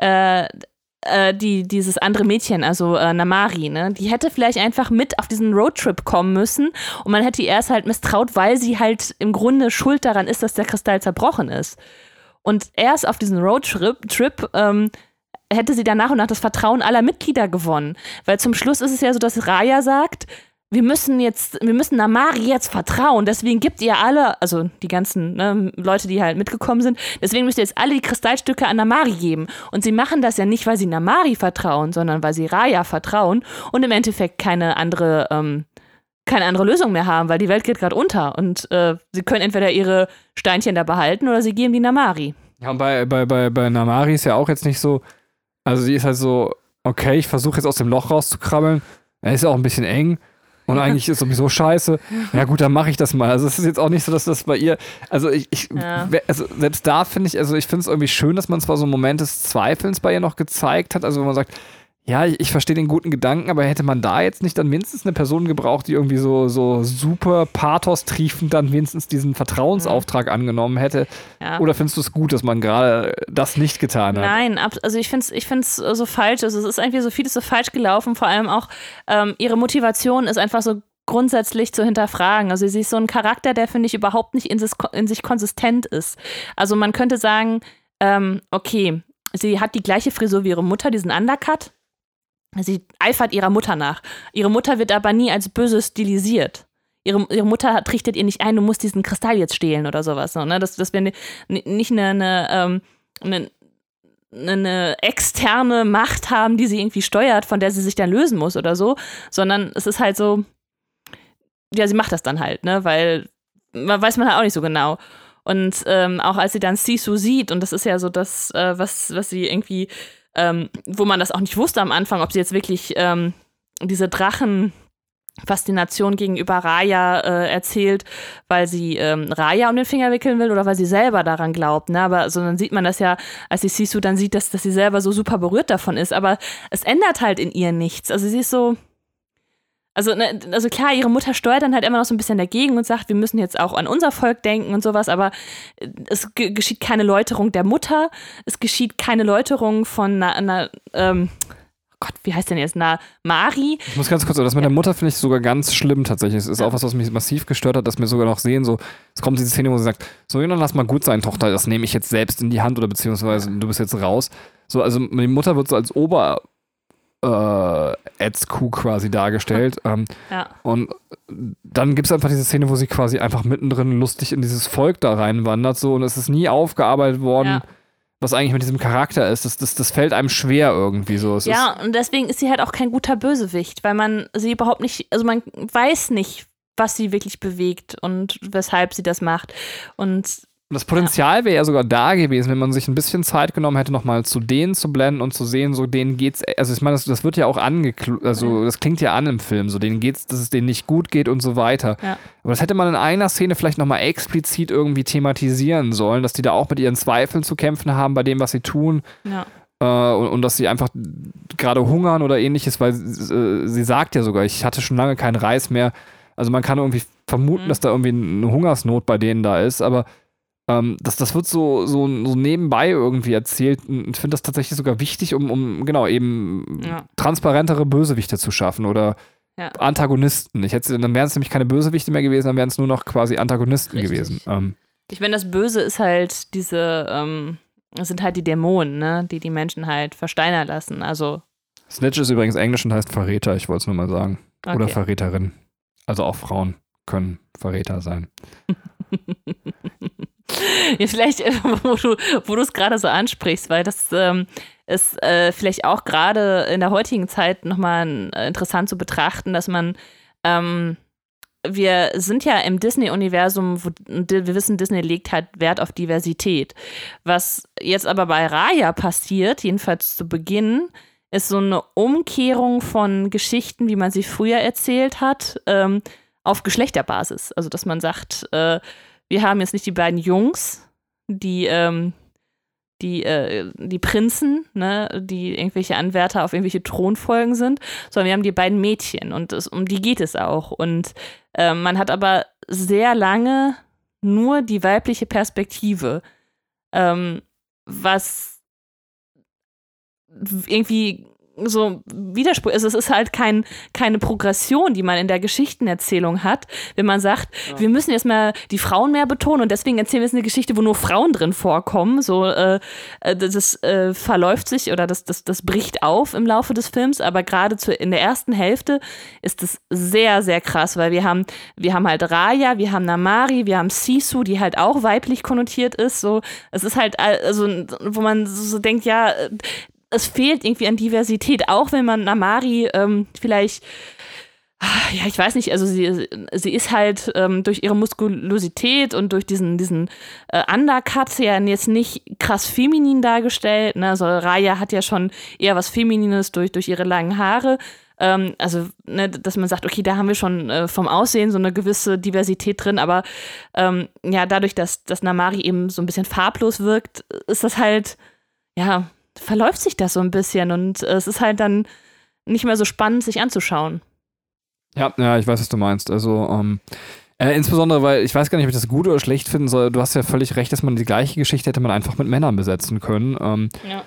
S3: dieses andere Mädchen, also Namari, ne, die hätte vielleicht einfach mit auf diesen Roadtrip kommen müssen, und man hätte ihr erst halt misstraut, weil sie halt im Grunde schuld daran ist, dass der Kristall zerbrochen ist. Und erst auf diesen Roadtrip hätte sie dann nach und nach das Vertrauen aller Mitglieder gewonnen. Weil zum Schluss ist es ja so, dass Raya sagt, wir müssen Namari jetzt vertrauen, deswegen gebt ihr alle, also die ganzen Leute, die halt mitgekommen sind, deswegen müsst ihr jetzt alle die Kristallstücke an Namari geben. Und sie machen das ja nicht, weil sie Namari vertrauen, sondern weil sie Raya vertrauen und im Endeffekt keine andere Lösung mehr haben, weil die Welt geht gerade unter und sie können entweder ihre Steinchen da behalten oder sie geben die Namari.
S2: Ja, und bei Namari ist ja auch jetzt nicht so, also sie ist halt so, okay, ich versuche jetzt aus dem Loch rauszukrabbeln, ist ja auch ein bisschen eng. Und eigentlich ist es sowieso scheiße. Ja gut, dann mache ich das mal. Also es ist jetzt auch nicht so, dass das bei ihr, also also selbst da finde ich es irgendwie schön, dass man zwar so einen Moment des Zweifelns bei ihr noch gezeigt hat, also wenn man sagt, ja, ich verstehe den guten Gedanken, aber hätte man da jetzt nicht dann mindestens eine Person gebraucht, die irgendwie so super pathostriefend dann wenigstens diesen Vertrauensauftrag angenommen hätte? Ja. Oder findest du es gut, dass man gerade das nicht getan hat?
S3: Nein, also ich find's so falsch. Also es ist irgendwie so vieles so falsch gelaufen. Vor allem auch ihre Motivation ist einfach so grundsätzlich zu hinterfragen. Also sie ist so ein Charakter, der, finde ich, überhaupt nicht in sich konsistent ist. Also man könnte sagen, okay, sie hat die gleiche Frisur wie ihre Mutter, diesen Undercut. Sie eifert ihrer Mutter nach. Ihre Mutter wird aber nie als böse stilisiert. Ihre Mutter trichtert ihr nicht ein, du musst diesen Kristall jetzt stehlen oder sowas. So, ne? Dass wir nicht eine externe Macht haben, die sie irgendwie steuert, von der sie sich dann lösen muss oder so, sondern es ist halt so, ja, sie macht das dann halt, ne, weil weiß man halt auch nicht so genau. Und auch als sie dann Sisu sieht, und das ist ja so das, was sie irgendwie wo man das auch nicht wusste am Anfang, ob sie jetzt wirklich diese Drachenfaszination gegenüber Raya erzählt, weil sie Raya um den Finger wickeln will oder weil sie selber daran glaubt. Ne? Aber so dann sieht man das ja, als sie Sisu dann sieht, dass sie selber so super berührt davon ist. Aber es ändert halt in ihr nichts. Also sie ist so, also klar, ihre Mutter steuert dann halt immer noch so ein bisschen dagegen und sagt, wir müssen jetzt auch an unser Volk denken und sowas, aber es geschieht keine Läuterung der Mutter, es geschieht keine Läuterung von einer Gott, wie heißt denn jetzt? Mari.
S2: Ich muss ganz kurz, das mit der Mutter finde ich sogar ganz schlimm tatsächlich. Es ist auch was mich massiv gestört hat, dass wir sogar noch sehen, so, es kommt diese Szene, wo sie sagt, so, dann lass mal gut sein, Tochter, das nehme ich jetzt selbst in die Hand oder beziehungsweise du bist jetzt raus. So, also die Mutter wird so als Ed's-Kuh quasi dargestellt. Und dann gibt es einfach diese Szene, wo sie quasi einfach mittendrin lustig in dieses Volk da reinwandert, so, und es ist nie aufgearbeitet worden, was eigentlich mit diesem Charakter ist. Das fällt einem schwer irgendwie so.
S3: Und deswegen ist sie halt auch kein guter Bösewicht, weil man sie überhaupt nicht, also man weiß nicht, was sie wirklich bewegt und weshalb sie das macht. Und
S2: das Potenzial wäre ja sogar da gewesen, wenn man sich ein bisschen Zeit genommen hätte, nochmal zu denen zu blenden und zu sehen, so denen geht's, also ich meine, das wird ja auch das klingt ja an im Film, so denen geht's, dass es denen nicht gut geht und so weiter. Ja. Aber das hätte man in einer Szene vielleicht nochmal explizit irgendwie thematisieren sollen, dass die da auch mit ihren Zweifeln zu kämpfen haben bei dem, was sie tun. Ja. Und dass sie einfach gerade hungern oder ähnliches, weil sie sagt ja sogar, ich hatte schon lange keinen Reis mehr. Also man kann irgendwie vermuten, dass da irgendwie eine Hungersnot bei denen da ist, aber das wird so nebenbei irgendwie erzählt. Ich finde das tatsächlich sogar wichtig, um genau eben transparentere Bösewichte zu schaffen oder Antagonisten. Dann wären es nämlich keine Bösewichte mehr gewesen, dann wären es nur noch quasi Antagonisten gewesen.
S3: Ich meine, das Böse ist halt das sind halt die Dämonen, ne, die Menschen halt versteinern lassen. Also
S2: Snitch ist übrigens Englisch und heißt Verräter, ich wollte es nur mal sagen. Okay. Oder Verräterin. Also auch Frauen können Verräter sein.
S3: Ja, vielleicht, wo du es gerade so ansprichst, weil das ist vielleicht auch gerade in der heutigen Zeit nochmal interessant zu betrachten, dass man, wir sind ja im Disney-Universum, wir wissen, Disney legt halt Wert auf Diversität. Was jetzt aber bei Raya passiert, jedenfalls zu Beginn, ist so eine Umkehrung von Geschichten, wie man sie früher erzählt hat, auf Geschlechterbasis. Also, dass man sagt, wir haben jetzt nicht die beiden Jungs, die Prinzen, ne, die irgendwelche Anwärter auf irgendwelche Thronfolgen sind, sondern wir haben die beiden Mädchen und um die geht es auch. Und man hat aber sehr lange nur die weibliche Perspektive, was irgendwie so Widerspruch. Also es ist halt keine Progression, die man in der Geschichtenerzählung hat, wenn man sagt, wir müssen jetzt mal die Frauen mehr betonen und deswegen erzählen wir jetzt eine Geschichte, wo nur Frauen drin vorkommen. So, das verläuft sich oder das bricht auf im Laufe des Films, aber gerade in der ersten Hälfte ist es sehr, sehr krass, weil wir haben halt Raya, wir haben Namaari, wir haben Sisu, die halt auch weiblich konnotiert ist. So, es ist halt, also, wo man so denkt, ja, es fehlt irgendwie an Diversität, auch wenn man Namaari vielleicht, ja, ich weiß nicht, also sie ist halt durch ihre Muskulosität und durch diesen Undercut ja jetzt nicht krass feminin dargestellt. Ne? Also Raya hat ja schon eher was Feminines durch ihre langen Haare. Also, ne, dass man sagt, okay, da haben wir schon vom Aussehen so eine gewisse Diversität drin, aber ja, dadurch, dass Namaari eben so ein bisschen farblos wirkt, ist das halt, ja, verläuft sich das so ein bisschen und es ist halt dann nicht mehr so spannend, sich anzuschauen.
S2: Ja, ich weiß, was du meinst. Also, insbesondere, weil ich weiß gar nicht, ob ich das gut oder schlecht finden soll. Du hast ja völlig recht, dass man die gleiche Geschichte hätte man einfach mit Männern besetzen können.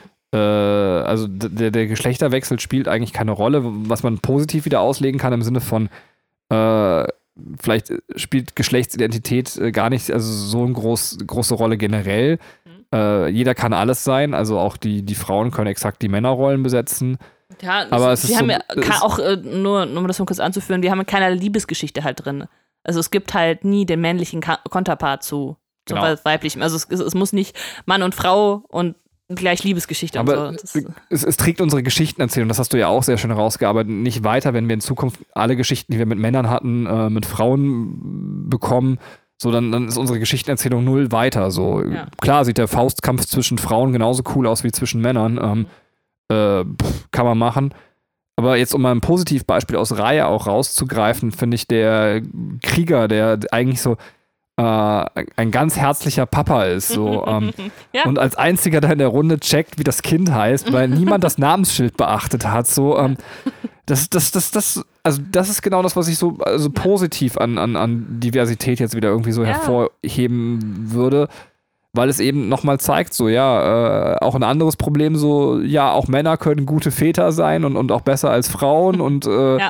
S2: Also der Geschlechterwechsel spielt eigentlich keine Rolle, was man positiv wieder auslegen kann im Sinne von vielleicht spielt Geschlechtsidentität gar nicht also so eine große Rolle generell. Jeder kann alles sein, also auch die Frauen können exakt die Männerrollen besetzen.
S3: Ja,
S2: aber es ist
S3: haben ja auch, nur um das mal kurz anzuführen, wir haben keine Liebesgeschichte halt drin. Also es gibt halt nie den männlichen Konterpart zu weiblichem. Also es muss nicht Mann und Frau und gleich Liebesgeschichte
S2: aber
S3: und so.
S2: Es trägt unsere Geschichtenerzählung, das hast du ja auch sehr schön herausgearbeitet, nicht weiter, wenn wir in Zukunft alle Geschichten, die wir mit Männern hatten, mit Frauen bekommen. So, dann ist unsere Geschichtenerzählung null weiter. So. Ja. Klar sieht der Faustkampf zwischen Frauen genauso cool aus wie zwischen Männern. Kann man machen. Aber jetzt, um mal ein Positivbeispiel aus Raya auch rauszugreifen, finde ich der Krieger, der eigentlich so ein ganz herzlicher Papa ist. So, ja. Und als einziger da in der Runde checkt, wie das Kind heißt, weil niemand das Namensschild beachtet hat. So, das ist genau das, was ich so positiv an Diversität jetzt wieder irgendwie so hervorheben würde, weil es eben nochmal zeigt, so auch ein anderes Problem, so auch Männer können gute Väter sein und auch besser als Frauen und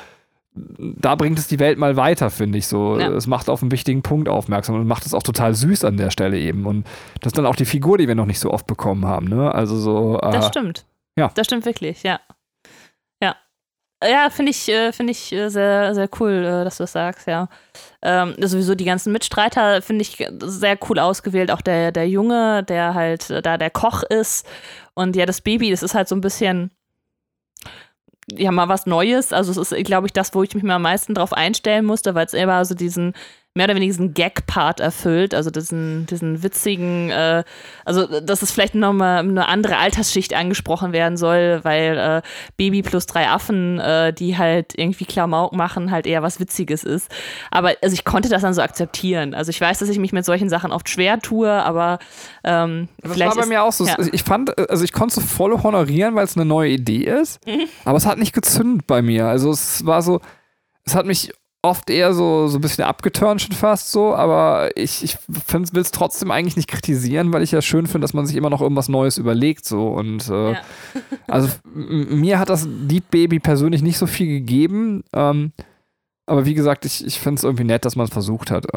S2: da bringt es die Welt mal weiter, finde ich so. Ja. Es macht auf einen wichtigen Punkt aufmerksam und macht es auch total süß an der Stelle eben und das ist dann auch die Figur, die wir noch nicht so oft bekommen haben, ne? Also so.
S3: Das stimmt. Ja. Das stimmt wirklich, ja. Ja, finde ich sehr, sehr cool, dass du das sagst, ja. Sowieso die ganzen Mitstreiter finde ich sehr cool ausgewählt. Auch der Junge, der halt da der Koch ist. Und ja, das Baby, das ist halt so ein bisschen, ja, mal was Neues. Also es ist, glaube ich, das, wo ich mich mal am meisten drauf einstellen musste, weil es immer so mehr oder weniger diesen Gag-Part erfüllt, also diesen witzigen, also dass es vielleicht nochmal eine andere Altersschicht angesprochen werden soll, weil Baby plus 3 Affen, die halt irgendwie Klamauk machen, halt eher was Witziges ist. Aber also ich konnte das dann so akzeptieren. Also ich weiß, dass ich mich mit solchen Sachen oft schwer tue, aber
S2: das war bei mir auch so. Ja. Ich konnte es voll honorieren, weil es eine neue Idee ist, aber es hat nicht gezündet bei mir. Also es war so, es hat mich oft eher so ein bisschen abgeturnt schon fast so, aber ich will es trotzdem eigentlich nicht kritisieren, weil ich ja schön finde, dass man sich immer noch irgendwas Neues überlegt so und also mir hat das Deep Baby persönlich nicht so viel gegeben, aber wie gesagt, ich finde es irgendwie nett, dass man es versucht hat.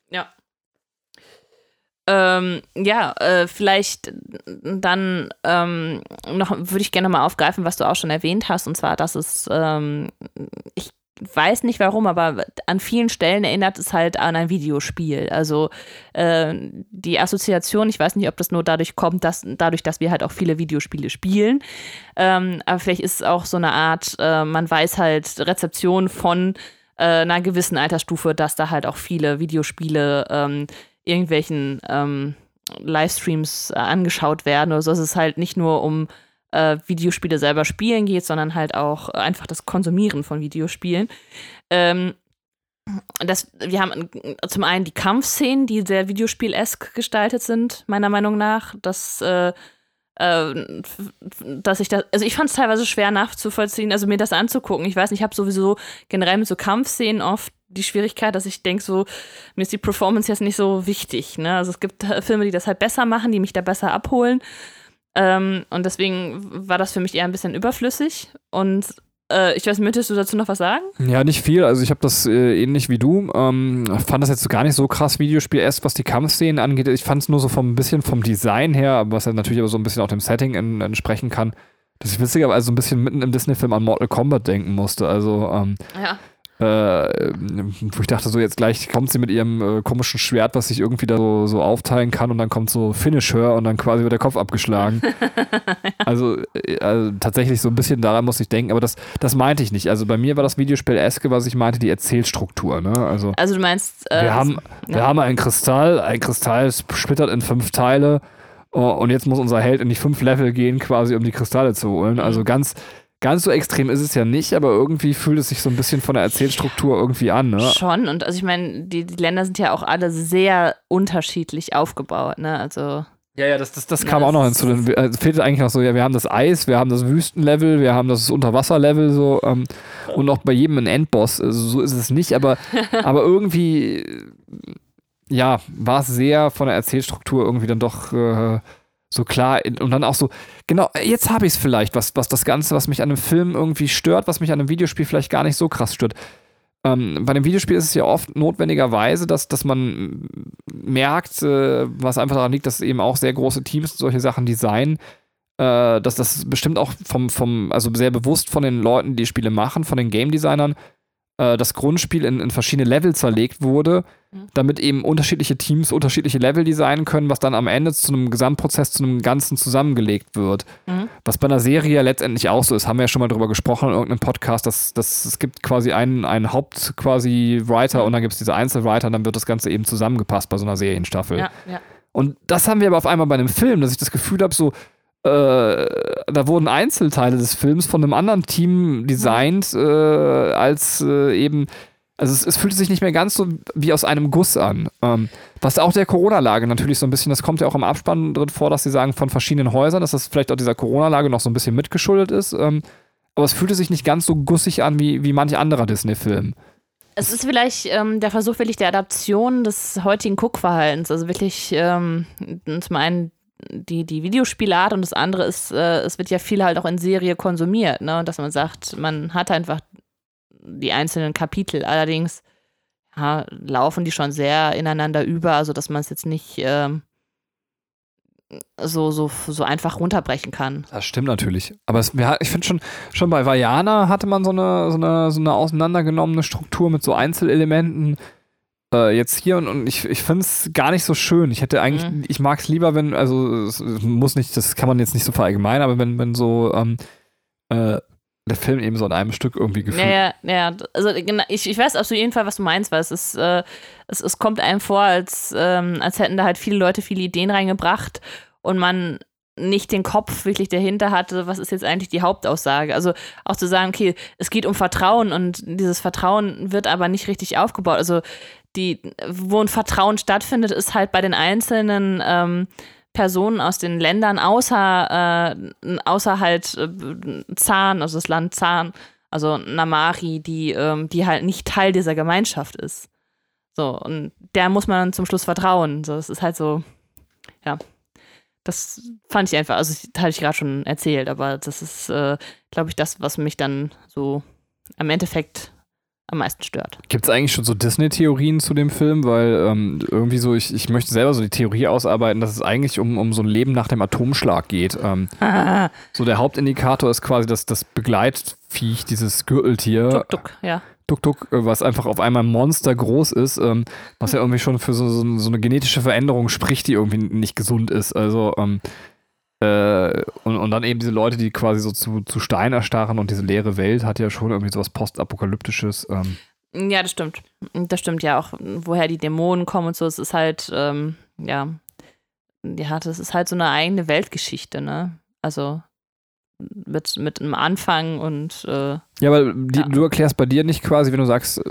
S3: Vielleicht dann noch würde ich gerne mal aufgreifen, was du auch schon erwähnt hast, und zwar, dass es ich weiß nicht warum, aber an vielen Stellen erinnert es halt an ein Videospiel. Also die Assoziation, ich weiß nicht, ob das nur dadurch kommt, dass wir halt auch viele Videospiele spielen, aber vielleicht ist es auch so eine Art, man weiß halt Rezeption von einer gewissen Altersstufe, dass da halt auch viele Videospiele irgendwelchen Livestreams angeschaut werden oder so. Es ist halt nicht nur um Videospiele selber spielen geht, sondern halt auch einfach das Konsumieren von Videospielen. Wir haben zum einen die Kampfszenen, die sehr videospiel-esk gestaltet sind, meiner Meinung nach. Dass ich fand es teilweise schwer nachzuvollziehen, also mir das anzugucken. Ich weiß nicht, ich habe sowieso generell mit so Kampfszenen oft die Schwierigkeit, dass ich denke, so, mir ist die Performance jetzt nicht so wichtig. Ne? Also es gibt Filme, die das halt besser machen, die mich da besser abholen. Und deswegen war das für mich eher ein bisschen überflüssig. Und ich weiß nicht, möchtest du dazu noch was sagen?
S2: Ja, nicht viel. Also ich habe das ähnlich wie du. Fand das jetzt gar nicht so krass Videospiel-esque, was die Kampfszenen angeht. Ich fand es nur so ein bisschen vom Design her, was ja natürlich aber so ein bisschen auch dem Setting entsprechen kann, dass ich witzigerweise so ein bisschen mitten im Disney-Film an Mortal Kombat denken musste. Also wo ich dachte, so jetzt gleich kommt sie mit ihrem komischen Schwert, was sich irgendwie da so aufteilen kann und dann kommt so Finish Her und dann quasi wird der Kopf abgeschlagen. also tatsächlich so ein bisschen daran muss ich denken, aber das meinte ich nicht. Also bei mir war das Videospiel-eske, was ich meinte, die Erzählstruktur. Ne? Also
S3: du meinst...
S2: wir haben einen Kristall splittert in 5 Teile und jetzt muss unser Held in die 5 Level gehen, quasi um die Kristalle zu holen. Also ganz so extrem ist es ja nicht, aber irgendwie fühlt es sich so ein bisschen von der Erzählstruktur irgendwie an, ne?
S3: Schon, und also ich meine, die Länder sind ja auch alle sehr unterschiedlich aufgebaut, ne? Also.
S2: Ja, das kam auch noch hinzu. Es fehlt eigentlich noch so, ja, wir haben das Eis, wir haben das Wüstenlevel, wir haben das Unterwasserlevel, so, und auch bei jedem ein Endboss, also so ist es nicht, aber irgendwie, ja, war es sehr von der Erzählstruktur irgendwie dann doch so klar und dann auch so, genau, jetzt habe ich es vielleicht, was das Ganze, was mich an einem Film irgendwie stört, was mich an einem Videospiel vielleicht gar nicht so krass stört. Bei einem Videospiel ist es ja oft notwendigerweise, dass man merkt, was einfach daran liegt, dass eben auch sehr große Teams solche Sachen designen, dass das bestimmt auch also sehr bewusst von den Leuten, die Spiele machen, von den Game Designern, das Grundspiel in verschiedene Level zerlegt wurde, damit eben unterschiedliche Teams unterschiedliche Level designen können, was dann am Ende zu einem Gesamtprozess, zu einem Ganzen zusammengelegt wird. Was bei einer Serie ja letztendlich auch so ist, haben wir ja schon mal drüber gesprochen in irgendeinem Podcast, dass es gibt quasi einen Writer und dann gibt es diese Einzelwriter und dann wird das Ganze eben zusammengepasst bei so einer Serienstaffel.
S3: Ja.
S2: Und das haben wir aber auf einmal bei einem Film, dass ich das Gefühl habe, so da wurden Einzelteile des Films von einem anderen Team designt, als eben, also es fühlte sich nicht mehr ganz so wie aus einem Guss an. Was auch der Corona-Lage natürlich so ein bisschen, das kommt ja auch im Abspann drin vor, dass sie sagen, von verschiedenen Häusern, dass das vielleicht auch dieser Corona-Lage noch so ein bisschen mitgeschuldet ist. Aber es fühlte sich nicht ganz so gussig an wie manch anderer Disney-Film.
S3: Es ist vielleicht der Versuch wirklich der Adaption des heutigen Guckverhaltens. Also wirklich zum einen die Videospielart und das andere ist, es wird ja viel halt auch in Serie konsumiert, ne? Und dass man sagt, man hat einfach die einzelnen Kapitel, allerdings laufen die schon sehr ineinander über, also dass man es jetzt nicht so einfach runterbrechen kann.
S2: Das stimmt natürlich. Aber ich finde schon bei Vajana hatte man so eine auseinandergenommene Struktur mit so Einzelelementen. Jetzt hier und ich finde es gar nicht so schön. Ich hätte eigentlich, ich mag es lieber, wenn, also es muss nicht, das kann man jetzt nicht so verallgemeinern, aber wenn so der Film eben so in einem Stück irgendwie gefühlt.
S3: Ja, also ich weiß auf jeden Fall, was du meinst, weil es kommt einem vor, als hätten da halt viele Leute viele Ideen reingebracht und man nicht den Kopf wirklich dahinter hatte, was ist jetzt eigentlich die Hauptaussage. Also auch zu sagen, okay, es geht um Vertrauen und dieses Vertrauen wird aber nicht richtig aufgebaut. Also wo ein Vertrauen stattfindet, ist halt bei den einzelnen Personen aus den Ländern, außer halt Zahn, also das Land Zahn, also Namari, die halt nicht Teil dieser Gemeinschaft ist. So, und der muss man dann zum Schluss vertrauen. So, es ist halt so, ja. Das fand ich einfach, also das hatte ich gerade schon erzählt, aber das ist, glaube ich, das, was mich dann so am Endeffekt am meisten stört. Gibt es eigentlich schon so Disney-Theorien zu dem Film? Weil irgendwie so, ich möchte selber so die Theorie ausarbeiten, dass es eigentlich um so ein Leben nach dem Atomschlag geht. So der Hauptindikator ist quasi das Begleitviech, dieses Gürteltier. Tuk-Tuk, ja. Tuk-Tuk, was einfach auf einmal monstergroß ist, was ja irgendwie schon für so eine genetische Veränderung spricht, die irgendwie nicht gesund ist. Also und dann eben diese Leute, die quasi so zu Stein erstarren und diese leere Welt hat ja schon irgendwie sowas Postapokalyptisches. Ja, das stimmt. Das stimmt ja auch, woher die Dämonen kommen und so. Es ist halt, das ist halt so eine eigene Weltgeschichte, ne? Also mit einem Anfang und ja, aber du erklärst bei dir nicht quasi, wenn du sagst,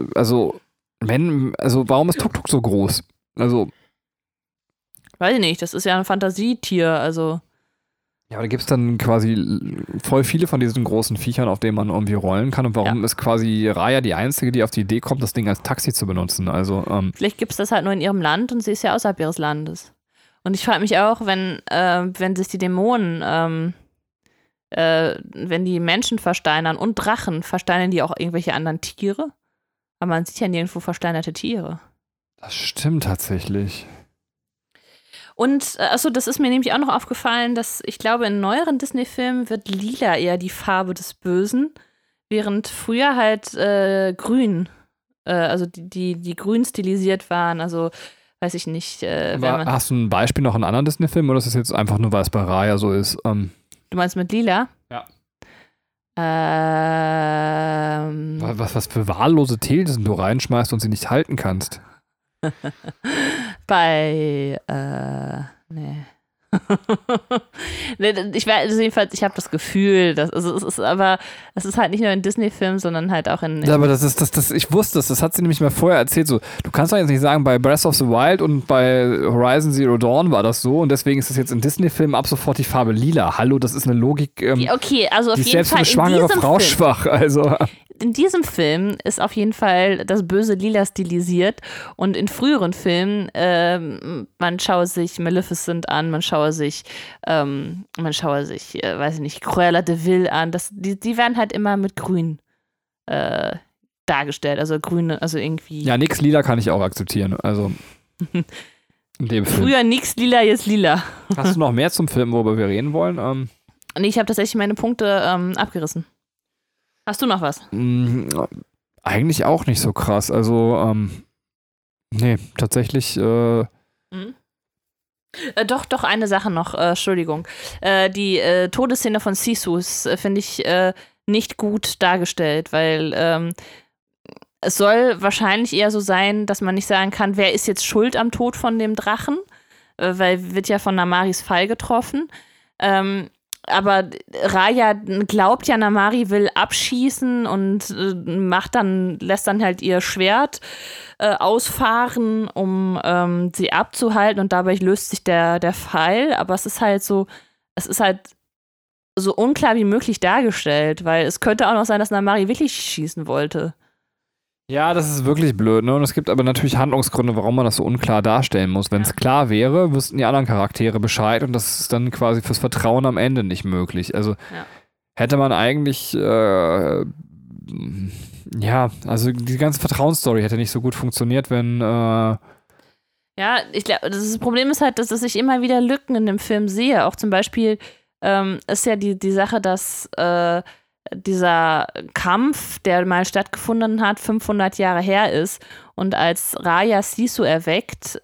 S3: warum ist Tuk-Tuk so groß? Also weiß ich nicht, das ist ja ein Fantasietier, also ja, aber da gibt es dann quasi voll viele von diesen großen Viechern, auf denen man irgendwie rollen kann. Und warum ist quasi Raya die Einzige, die auf die Idee kommt, das Ding als Taxi zu benutzen? Also vielleicht gibt es das halt nur in ihrem Land und sie ist ja außerhalb ihres Landes. Und ich frage mich auch, wenn sich die Dämonen, wenn die Menschen versteinern und Drachen, versteinern die auch irgendwelche anderen Tiere? Aber man sieht ja nirgendwo versteinerte Tiere.
S2: Das stimmt tatsächlich.
S3: Und, achso, das ist mir nämlich auch noch aufgefallen, dass ich glaube, in neueren Disney-Filmen wird lila eher die Farbe des Bösen, während früher halt grün, also die grün stilisiert waren, also weiß ich nicht.
S2: Hast du ein Beispiel noch in anderen Disney-Filmen oder ist das jetzt einfach nur, weil es bei Raya so ist?
S3: Du meinst mit lila?
S2: Ja. Was für wahllose Thesen du reinschmeißt und sie nicht halten kannst.
S3: Nee. Ich weiß jedenfalls, ich habe das Gefühl, es ist halt nicht nur in Disney-Filmen, sondern halt auch in
S2: ja, aber das ich wusste es, das hat sie nämlich mal vorher erzählt, so, du kannst doch jetzt nicht sagen, bei Breath of the Wild und bei Horizon Zero Dawn war das so und deswegen ist das jetzt in Disney-Filmen ab sofort die Farbe lila. Hallo, das ist eine Logik,
S3: okay, also auf
S2: die
S3: jeden
S2: selbst
S3: Fall
S2: für eine schwangere Frau schwach, also.
S3: In diesem Film ist auf jeden Fall das böse Lila stilisiert und in früheren Filmen, man schaue sich Maleficent an, man schaue sich, weiß ich nicht, Cruella de Vil an, die werden halt immer mit grün dargestellt, also grüne, also irgendwie.
S2: Ja, nix lila kann ich auch akzeptieren, also in dem Film.
S3: Früher nix lila, jetzt lila.
S2: Hast du noch mehr zum Film, worüber wir reden wollen?
S3: Nee, ich habe tatsächlich meine Punkte abgerissen. Hast du noch was?
S2: Eigentlich auch nicht so krass. Also, nee, tatsächlich.
S3: Doch, eine Sache noch, Entschuldigung. Die Todesszene von Sisu finde ich nicht gut dargestellt, weil es soll wahrscheinlich eher so sein, dass man nicht sagen kann, wer ist jetzt schuld am Tod von dem Drachen, weil wird ja von Namaris Fall getroffen. Aber Raya glaubt ja, Namari will abschießen und lässt dann halt ihr Schwert ausfahren, um sie abzuhalten und dabei löst sich der Pfeil. Aber es ist halt so unklar wie möglich dargestellt, weil es könnte auch noch sein, dass Namari wirklich schießen wollte.
S2: Ja, das ist wirklich blöd, ne? Und es gibt aber natürlich Handlungsgründe, warum man das so unklar darstellen muss. Wenn es klar wäre, wüssten die anderen Charaktere Bescheid und das ist dann quasi fürs Vertrauen am Ende nicht möglich. Also hätte man eigentlich, also die ganze Vertrauensstory hätte nicht so gut funktioniert, wenn Ja,
S3: ich glaube, das Problem ist halt, dass ich immer wieder Lücken in dem Film sehe. Auch zum Beispiel ist ja die Sache, dass dieser Kampf, der mal stattgefunden hat, 500 Jahre her ist und als Raya Sisu erweckt,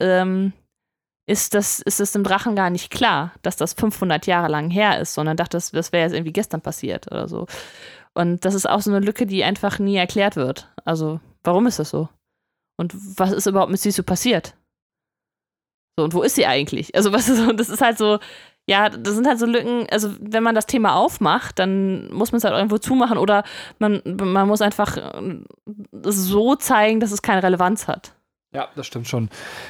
S3: ist es dem Drachen gar nicht klar, dass das 500 Jahre lang her ist, sondern dachte, das wäre jetzt irgendwie gestern passiert oder so. Und das ist auch so eine Lücke, die einfach nie erklärt wird. Also, warum ist das so? Und was ist überhaupt mit Sisu passiert? So, und wo ist sie eigentlich? Also, das ist halt so, ja, das sind halt so Lücken, also wenn man das Thema aufmacht, dann muss man es halt irgendwo zumachen oder man muss einfach so zeigen, dass es keine Relevanz hat.
S2: Ja, das stimmt schon.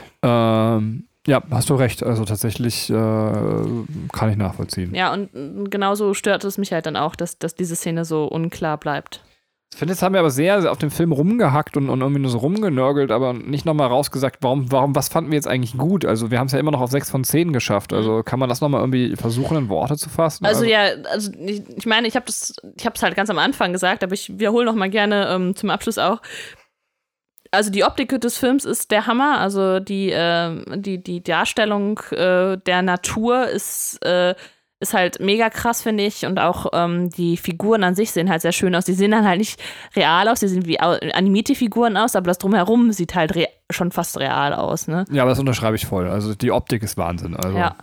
S2: Ja, hast du recht. Also tatsächlich kann ich nachvollziehen.
S3: Ja, und genauso stört es mich halt dann auch, dass diese Szene so unklar bleibt.
S2: Ich finde, jetzt haben wir aber sehr auf dem Film rumgehackt und irgendwie nur so rumgenörgelt, aber nicht nochmal rausgesagt, was fanden wir jetzt eigentlich gut? Also wir haben es ja immer noch auf 6 von 10 geschafft. Also kann man das nochmal irgendwie versuchen, in Worte zu fassen?
S3: Also ich meine, ich habe es halt ganz am Anfang gesagt, aber ich wiederhole nochmal gerne zum Abschluss auch. Also die Optik des Films ist der Hammer, also die Darstellung der Natur ist halt mega krass, finde ich. Und auch die Figuren an sich sehen halt sehr schön aus. Die sehen dann halt nicht real aus, die sehen wie animierte Figuren aus, aber das Drumherum sieht halt schon fast real aus, ne?
S2: Ja, aber das unterschreibe ich voll. Also die Optik ist Wahnsinn. Also.
S3: Ja.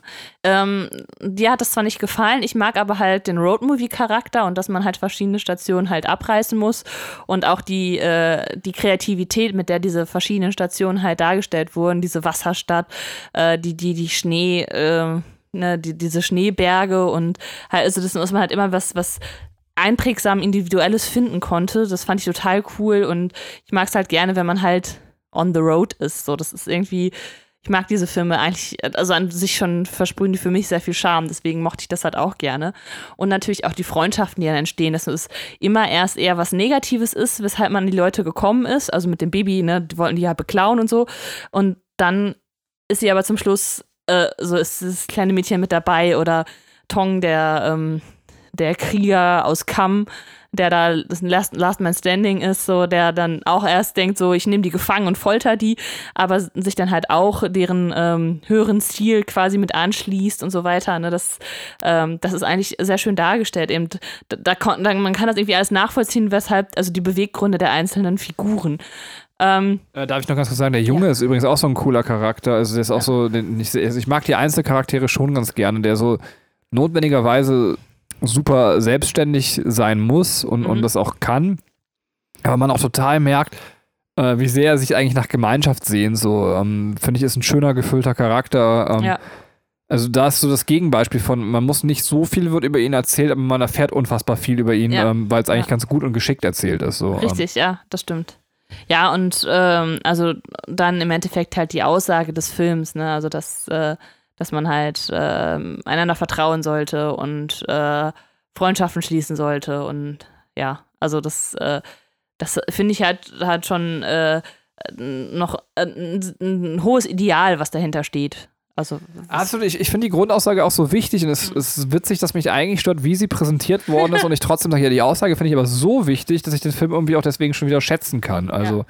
S3: Dir hat das zwar nicht gefallen, ich mag aber halt den Roadmovie-Charakter und dass man halt verschiedene Stationen halt abreißen muss und auch die Kreativität, mit der diese verschiedenen Stationen halt dargestellt wurden, diese Wasserstadt, die Schnee, diese Schneeberge und halt, also das muss man halt immer was einprägsam Individuelles finden konnte. Das fand ich total cool und ich mag es halt gerne, wenn man halt on the road ist. So, das ist irgendwie, ich mag diese Filme eigentlich, also an sich schon versprühen die für mich sehr viel Charme, deswegen mochte ich das halt auch gerne. Und natürlich auch die Freundschaften, die dann entstehen, dass es immer erst eher was Negatives ist, weshalb man an die Leute gekommen ist, also mit dem Baby, ne, die wollten die ja beklauen und so. Und dann ist sie aber zum Schluss so ist das kleine Mädchen mit dabei oder Tong, der Krieger aus Kam, der da das Last Man Standing ist, so, der dann auch erst denkt, so, ich nehme die gefangen und folter die, aber sich dann halt auch deren höheren Ziel quasi mit anschließt und so weiter. Ne? Das ist eigentlich sehr schön dargestellt. Eben, man kann das irgendwie alles nachvollziehen, weshalb, also die Beweggründe der einzelnen Figuren.
S2: Darf ich noch ganz kurz sagen, der Junge ist übrigens auch so ein cooler Charakter. Also der ist auch so, ich mag die Einzelcharaktere schon ganz gerne, der so notwendigerweise super selbstständig sein muss und das auch kann. Aber man auch total merkt, wie sehr er sich eigentlich nach Gemeinschaft sehnt. So, finde ich, ist ein schöner, gefüllter Charakter. Also da ist so das Gegenbeispiel von, man muss nicht so viel wird über ihn erzählt, aber man erfährt unfassbar viel über ihn, weil es eigentlich ganz gut und geschickt erzählt ist. So,
S3: richtig, ja, das stimmt. Ja, und also dann im Endeffekt halt die Aussage des Films, ne, also dass man halt einander vertrauen sollte und Freundschaften schließen sollte und ja, also das finde ich halt schon noch ein hohes Ideal, was dahinter steht. Also
S2: absolut, ich finde die Grundaussage auch so wichtig und es ist witzig, dass mich eigentlich stört, wie sie präsentiert worden ist und ich trotzdem sage, ja, die Aussage finde ich aber so wichtig, dass ich den Film irgendwie auch deswegen schon wieder schätzen kann. Also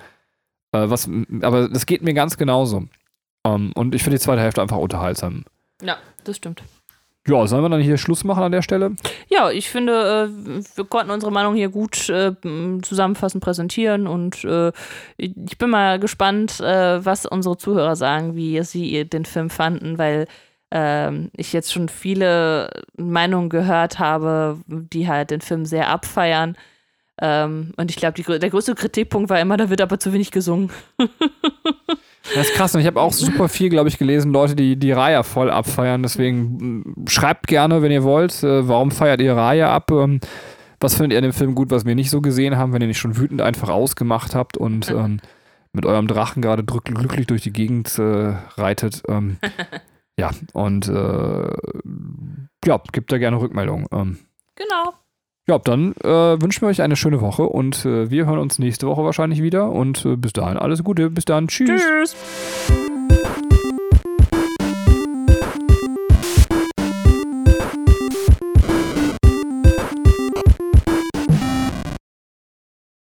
S2: aber das geht mir ganz genauso. Und ich finde die zweite Hälfte einfach unterhaltsam.
S3: Ja, das stimmt.
S2: Ja, sollen wir dann hier Schluss machen an der Stelle?
S3: Ja, ich finde, wir konnten unsere Meinung hier gut zusammenfassend präsentieren und ich bin mal gespannt, was unsere Zuhörer sagen, wie sie den Film fanden, weil ich jetzt schon viele Meinungen gehört habe, die halt den Film sehr abfeiern. Und ich glaube, der größte Kritikpunkt war immer, da wird aber zu wenig gesungen.
S2: Das ist krass und ich habe auch super viel, glaube ich, gelesen, Leute, die Raya voll abfeiern, deswegen schreibt gerne, wenn ihr wollt, warum feiert ihr Raya ab, was findet ihr in dem Film gut, was wir nicht so gesehen haben, wenn ihr nicht schon wütend einfach ausgemacht habt und mit eurem Drachen gerade glücklich durch die Gegend reitet. Ja, und gebt da gerne Rückmeldungen.
S3: Genau.
S2: Ja, dann wünschen wir euch eine schöne Woche und wir hören uns nächste Woche wahrscheinlich wieder und bis dahin alles Gute. Bis dann. Tschüss.
S3: Tschüss.